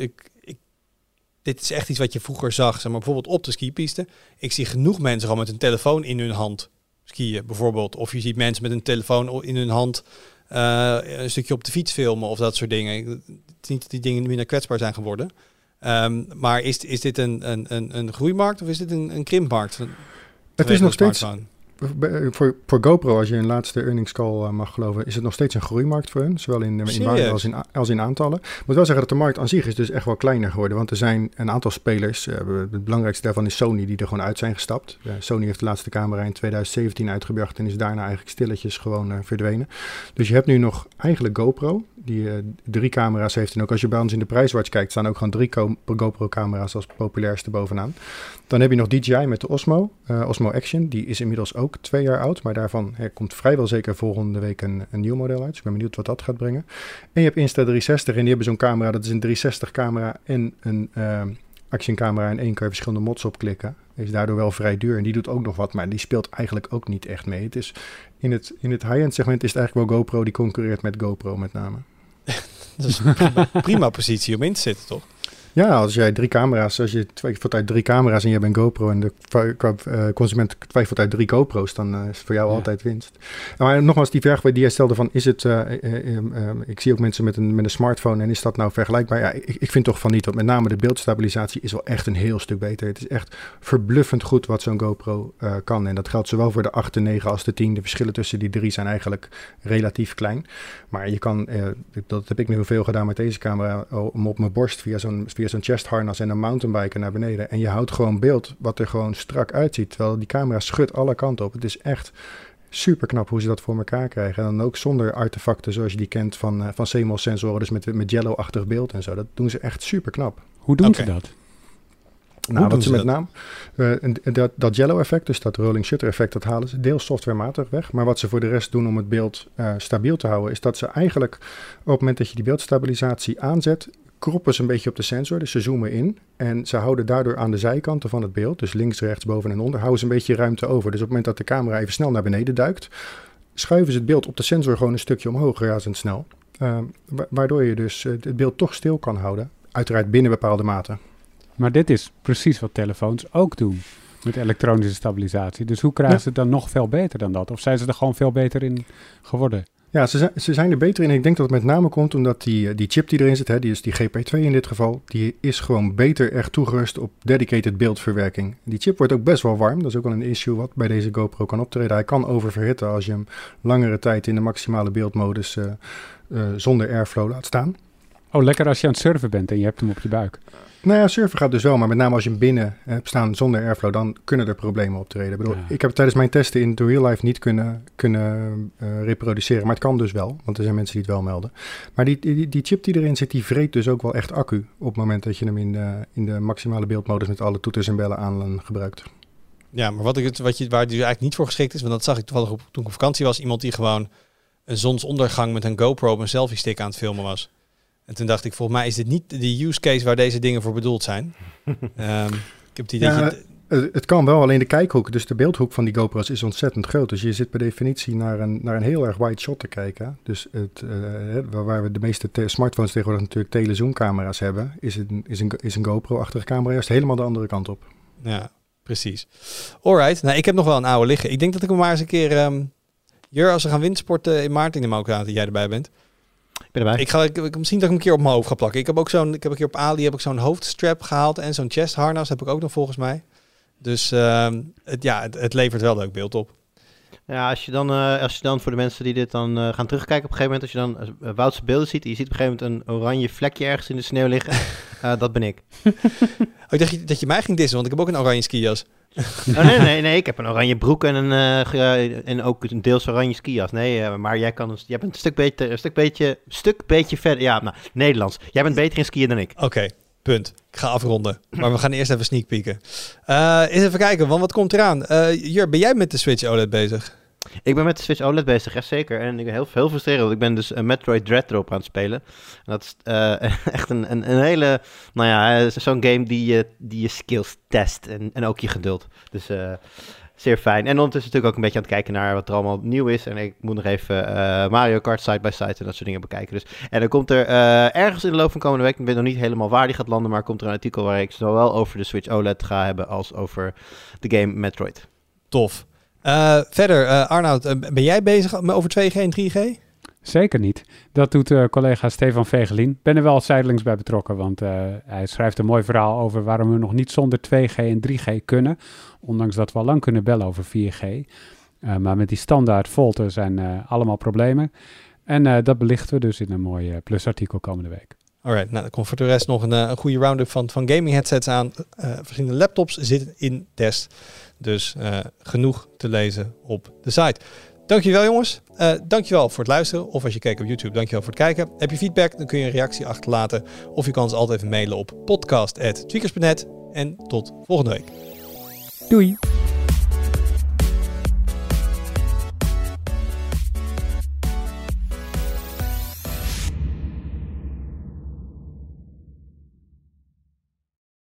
dit is echt iets wat je vroeger zag, zeg maar bijvoorbeeld op de skipiste. Ik zie genoeg mensen gewoon met een telefoon in hun hand skiën bijvoorbeeld. Of je ziet mensen met een telefoon in hun hand een stukje op de fiets filmen of dat soort dingen. Het is niet dat die dingen minder kwetsbaar zijn geworden. Maar is dit een groeimarkt of is dit een krimpmarkt? Het is nog steeds voor GoPro, als je een laatste earnings call mag geloven, is het nog steeds een groeimarkt voor hun. Zowel in waarde als in aantallen. Ik moet wel zeggen dat de markt aan zich is dus echt wel kleiner geworden. Want er zijn een aantal spelers. Het belangrijkste daarvan is Sony, die er gewoon uit zijn gestapt. Sony heeft de laatste camera in 2017 uitgebracht en is daarna eigenlijk stilletjes gewoon verdwenen. Dus je hebt nu nog eigenlijk GoPro, die 3 camera's heeft. En ook als je bij ons in de prijswatch kijkt, staan ook gewoon 3 GoPro-camera's als populairste bovenaan. Dan heb je nog DJI met de Osmo Action. Die is inmiddels ook 2 jaar oud, maar daarvan komt vrijwel zeker volgende week een nieuw model uit. Dus ik ben benieuwd wat dat gaat brengen. En je hebt Insta360 en die hebben zo'n camera, dat is een 360 camera en een action camera en 1 keer verschillende mods opklikken. Is daardoor wel vrij duur en die doet ook nog wat, maar die speelt eigenlijk ook niet echt mee. Het is in het high-end segment is het eigenlijk wel GoPro die concurreert met GoPro met name. Dat is een prima positie om in te zitten, toch? Ja, als je 2 uit 3 camera's en je hebt een GoPro en de consument twijfelt uit 3 GoPro's, dan is het voor jou altijd winst. Maar nogmaals, die vraag die jij stelde van, is het, ik zie ook mensen met een smartphone en is dat nou vergelijkbaar? Ja, ik vind toch van niet, want met name de beeldstabilisatie is wel echt een heel stuk beter. Het is echt verbluffend goed wat zo'n GoPro kan. En dat geldt zowel voor de 8, de 9 als de 10. De verschillen tussen die 3 zijn eigenlijk relatief klein. Maar je kan, dat heb ik nu veel gedaan met deze camera, om op mijn borst via zo'n chest harness en een mountainbiker naar beneden. En je houdt gewoon beeld wat er gewoon strak uitziet. Terwijl die camera schudt alle kanten op. Het is echt super knap hoe ze dat voor elkaar krijgen. En dan ook zonder artefacten zoals je die kent van CMOS sensoren. Dus met jello-achtig beeld en zo. Dat doen ze echt super knap. Hoe doen ze dat? Nou, wat ze met name, dat jello effect, dus dat rolling shutter effect, dat halen ze deels softwarematig weg. Maar wat ze voor de rest doen om het beeld stabiel te houden, is dat ze eigenlijk op het moment dat je die beeldstabilisatie aanzet, kroppen ze een beetje op de sensor, dus ze zoomen in. En ze houden daardoor aan de zijkanten van het beeld, dus links, rechts, boven en onder, houden ze een beetje ruimte over. Dus op het moment dat de camera even snel naar beneden duikt, schuiven ze het beeld op de sensor gewoon een stukje omhoog, razendsnel. Waardoor je dus het beeld toch stil kan houden, uiteraard binnen bepaalde maten. Maar dit is precies wat telefoons ook doen met elektronische stabilisatie. Dus hoe krijgen ze het dan nog veel beter dan dat? Of zijn ze er gewoon veel beter in geworden? Ja, ze zijn er beter in. Ik denk dat het met name komt omdat die chip die erin zit, die is die GP2 in dit geval, die is gewoon beter echt toegerust op dedicated beeldverwerking. Die chip wordt ook best wel warm. Dat is ook wel een issue wat bij deze GoPro kan optreden. Hij kan oververhitten als je hem langere tijd in de maximale beeldmodus zonder airflow laat staan. Oh, lekker als je aan het surfen bent en je hebt hem op je buik. Nou ja, surfen gaat dus wel, maar met name als je hem binnen hebt staan zonder airflow, dan kunnen er problemen optreden. Ik bedoel, ik heb tijdens mijn testen in de real life niet kunnen reproduceren, maar het kan dus wel, want er zijn mensen die het wel melden. Maar die chip die erin zit, die vreet dus ook wel echt accu op het moment dat je hem in de maximale beeldmodus met alle toeters en bellen aan gebruikt. Ja, maar waar die dus eigenlijk niet voor geschikt is, want dat zag ik toevallig toen ik op vakantie was, iemand die gewoon een zonsondergang met een GoPro op een selfie stick aan het filmen was. En toen dacht ik, volgens mij is dit niet de use case waar deze dingen voor bedoeld zijn. Ik heb het idee het kan wel, alleen de kijkhoek, dus de beeldhoek van die GoPro's is ontzettend groot. Dus je zit per definitie naar een heel erg wide shot te kijken. Dus waar we de meeste smartphones tegenwoordig natuurlijk telezoomcamera's hebben, is een GoPro-achtige camera juist helemaal de andere kant op. Ja, precies. Alright, nou ik heb nog wel een oude liggen. Ik denk dat ik hem maar eens een keer... Jur, als we gaan windsporten in maart, ik neem ook aan dat jij erbij bent. Ik ben erbij. Misschien dat ik hem een keer op mijn hoofd ga plakken. Ik heb een keer op Ali heb ik zo'n hoofdstrap gehaald en zo'n chest harness heb ik ook nog volgens mij. Dus het levert wel leuk beeld op. Ja, als je dan voor de mensen die dit dan gaan terugkijken op een gegeven moment, als je dan Wout's beelden ziet en je ziet op een gegeven moment een oranje vlekje ergens in de sneeuw liggen, dat ben ik. Ik dacht dat je mij ging dissen, want ik heb ook een oranje skijas. Oh, nee, ik heb een oranje broek en ook een deels oranje skijas. Nee, maar jij bent een stuk beetje verder. Ja, nou, Nederlands. Jij bent beter in skiën dan ik. Oké, punt. Ik ga afronden. Maar we gaan eerst even sneak peeken. Eens even kijken, want wat komt eraan? Jur, ben jij met de Switch OLED bezig? Ik ben met de Switch OLED bezig, ja zeker. En ik ben heel frustrerend, want ik ben dus Metroid Dread erop aan het spelen. En dat is echt een hele, zo'n game die je skills test en ook je geduld. Dus zeer fijn. En ondertussen natuurlijk ook een beetje aan het kijken naar wat er allemaal nieuw is. En ik moet nog even Mario Kart side-by-side en dat soort dingen bekijken. Dus. En dan komt er ergens in de loop van komende week, ik weet nog niet helemaal waar die gaat landen, maar komt er een artikel waar ik zowel over de Switch OLED ga hebben als over de game Metroid. Tof. Verder, Arnoud, ben jij bezig over 2G en 3G? Zeker niet. Dat doet collega Stefan Vegelin. Ik ben er wel zijdelings bij betrokken, want hij schrijft een mooi verhaal over waarom we nog niet zonder 2G en 3G kunnen. Ondanks dat we al lang kunnen bellen over 4G. Maar met die standaard VoLTE zijn allemaal problemen. En dat belichten we dus in een mooi plusartikel komende week. Alright, nou dan komt voor de rest nog een goede round-up van gaming headsets aan. Verschillende laptops zitten in test. Dus genoeg te lezen op de site. Dankjewel jongens. Dankjewel voor het luisteren. Of als je kijkt op YouTube, dankjewel voor het kijken. Heb je feedback, dan kun je een reactie achterlaten. Of je kan ons altijd even mailen op podcast@tweakers.net. En tot volgende week. Doei!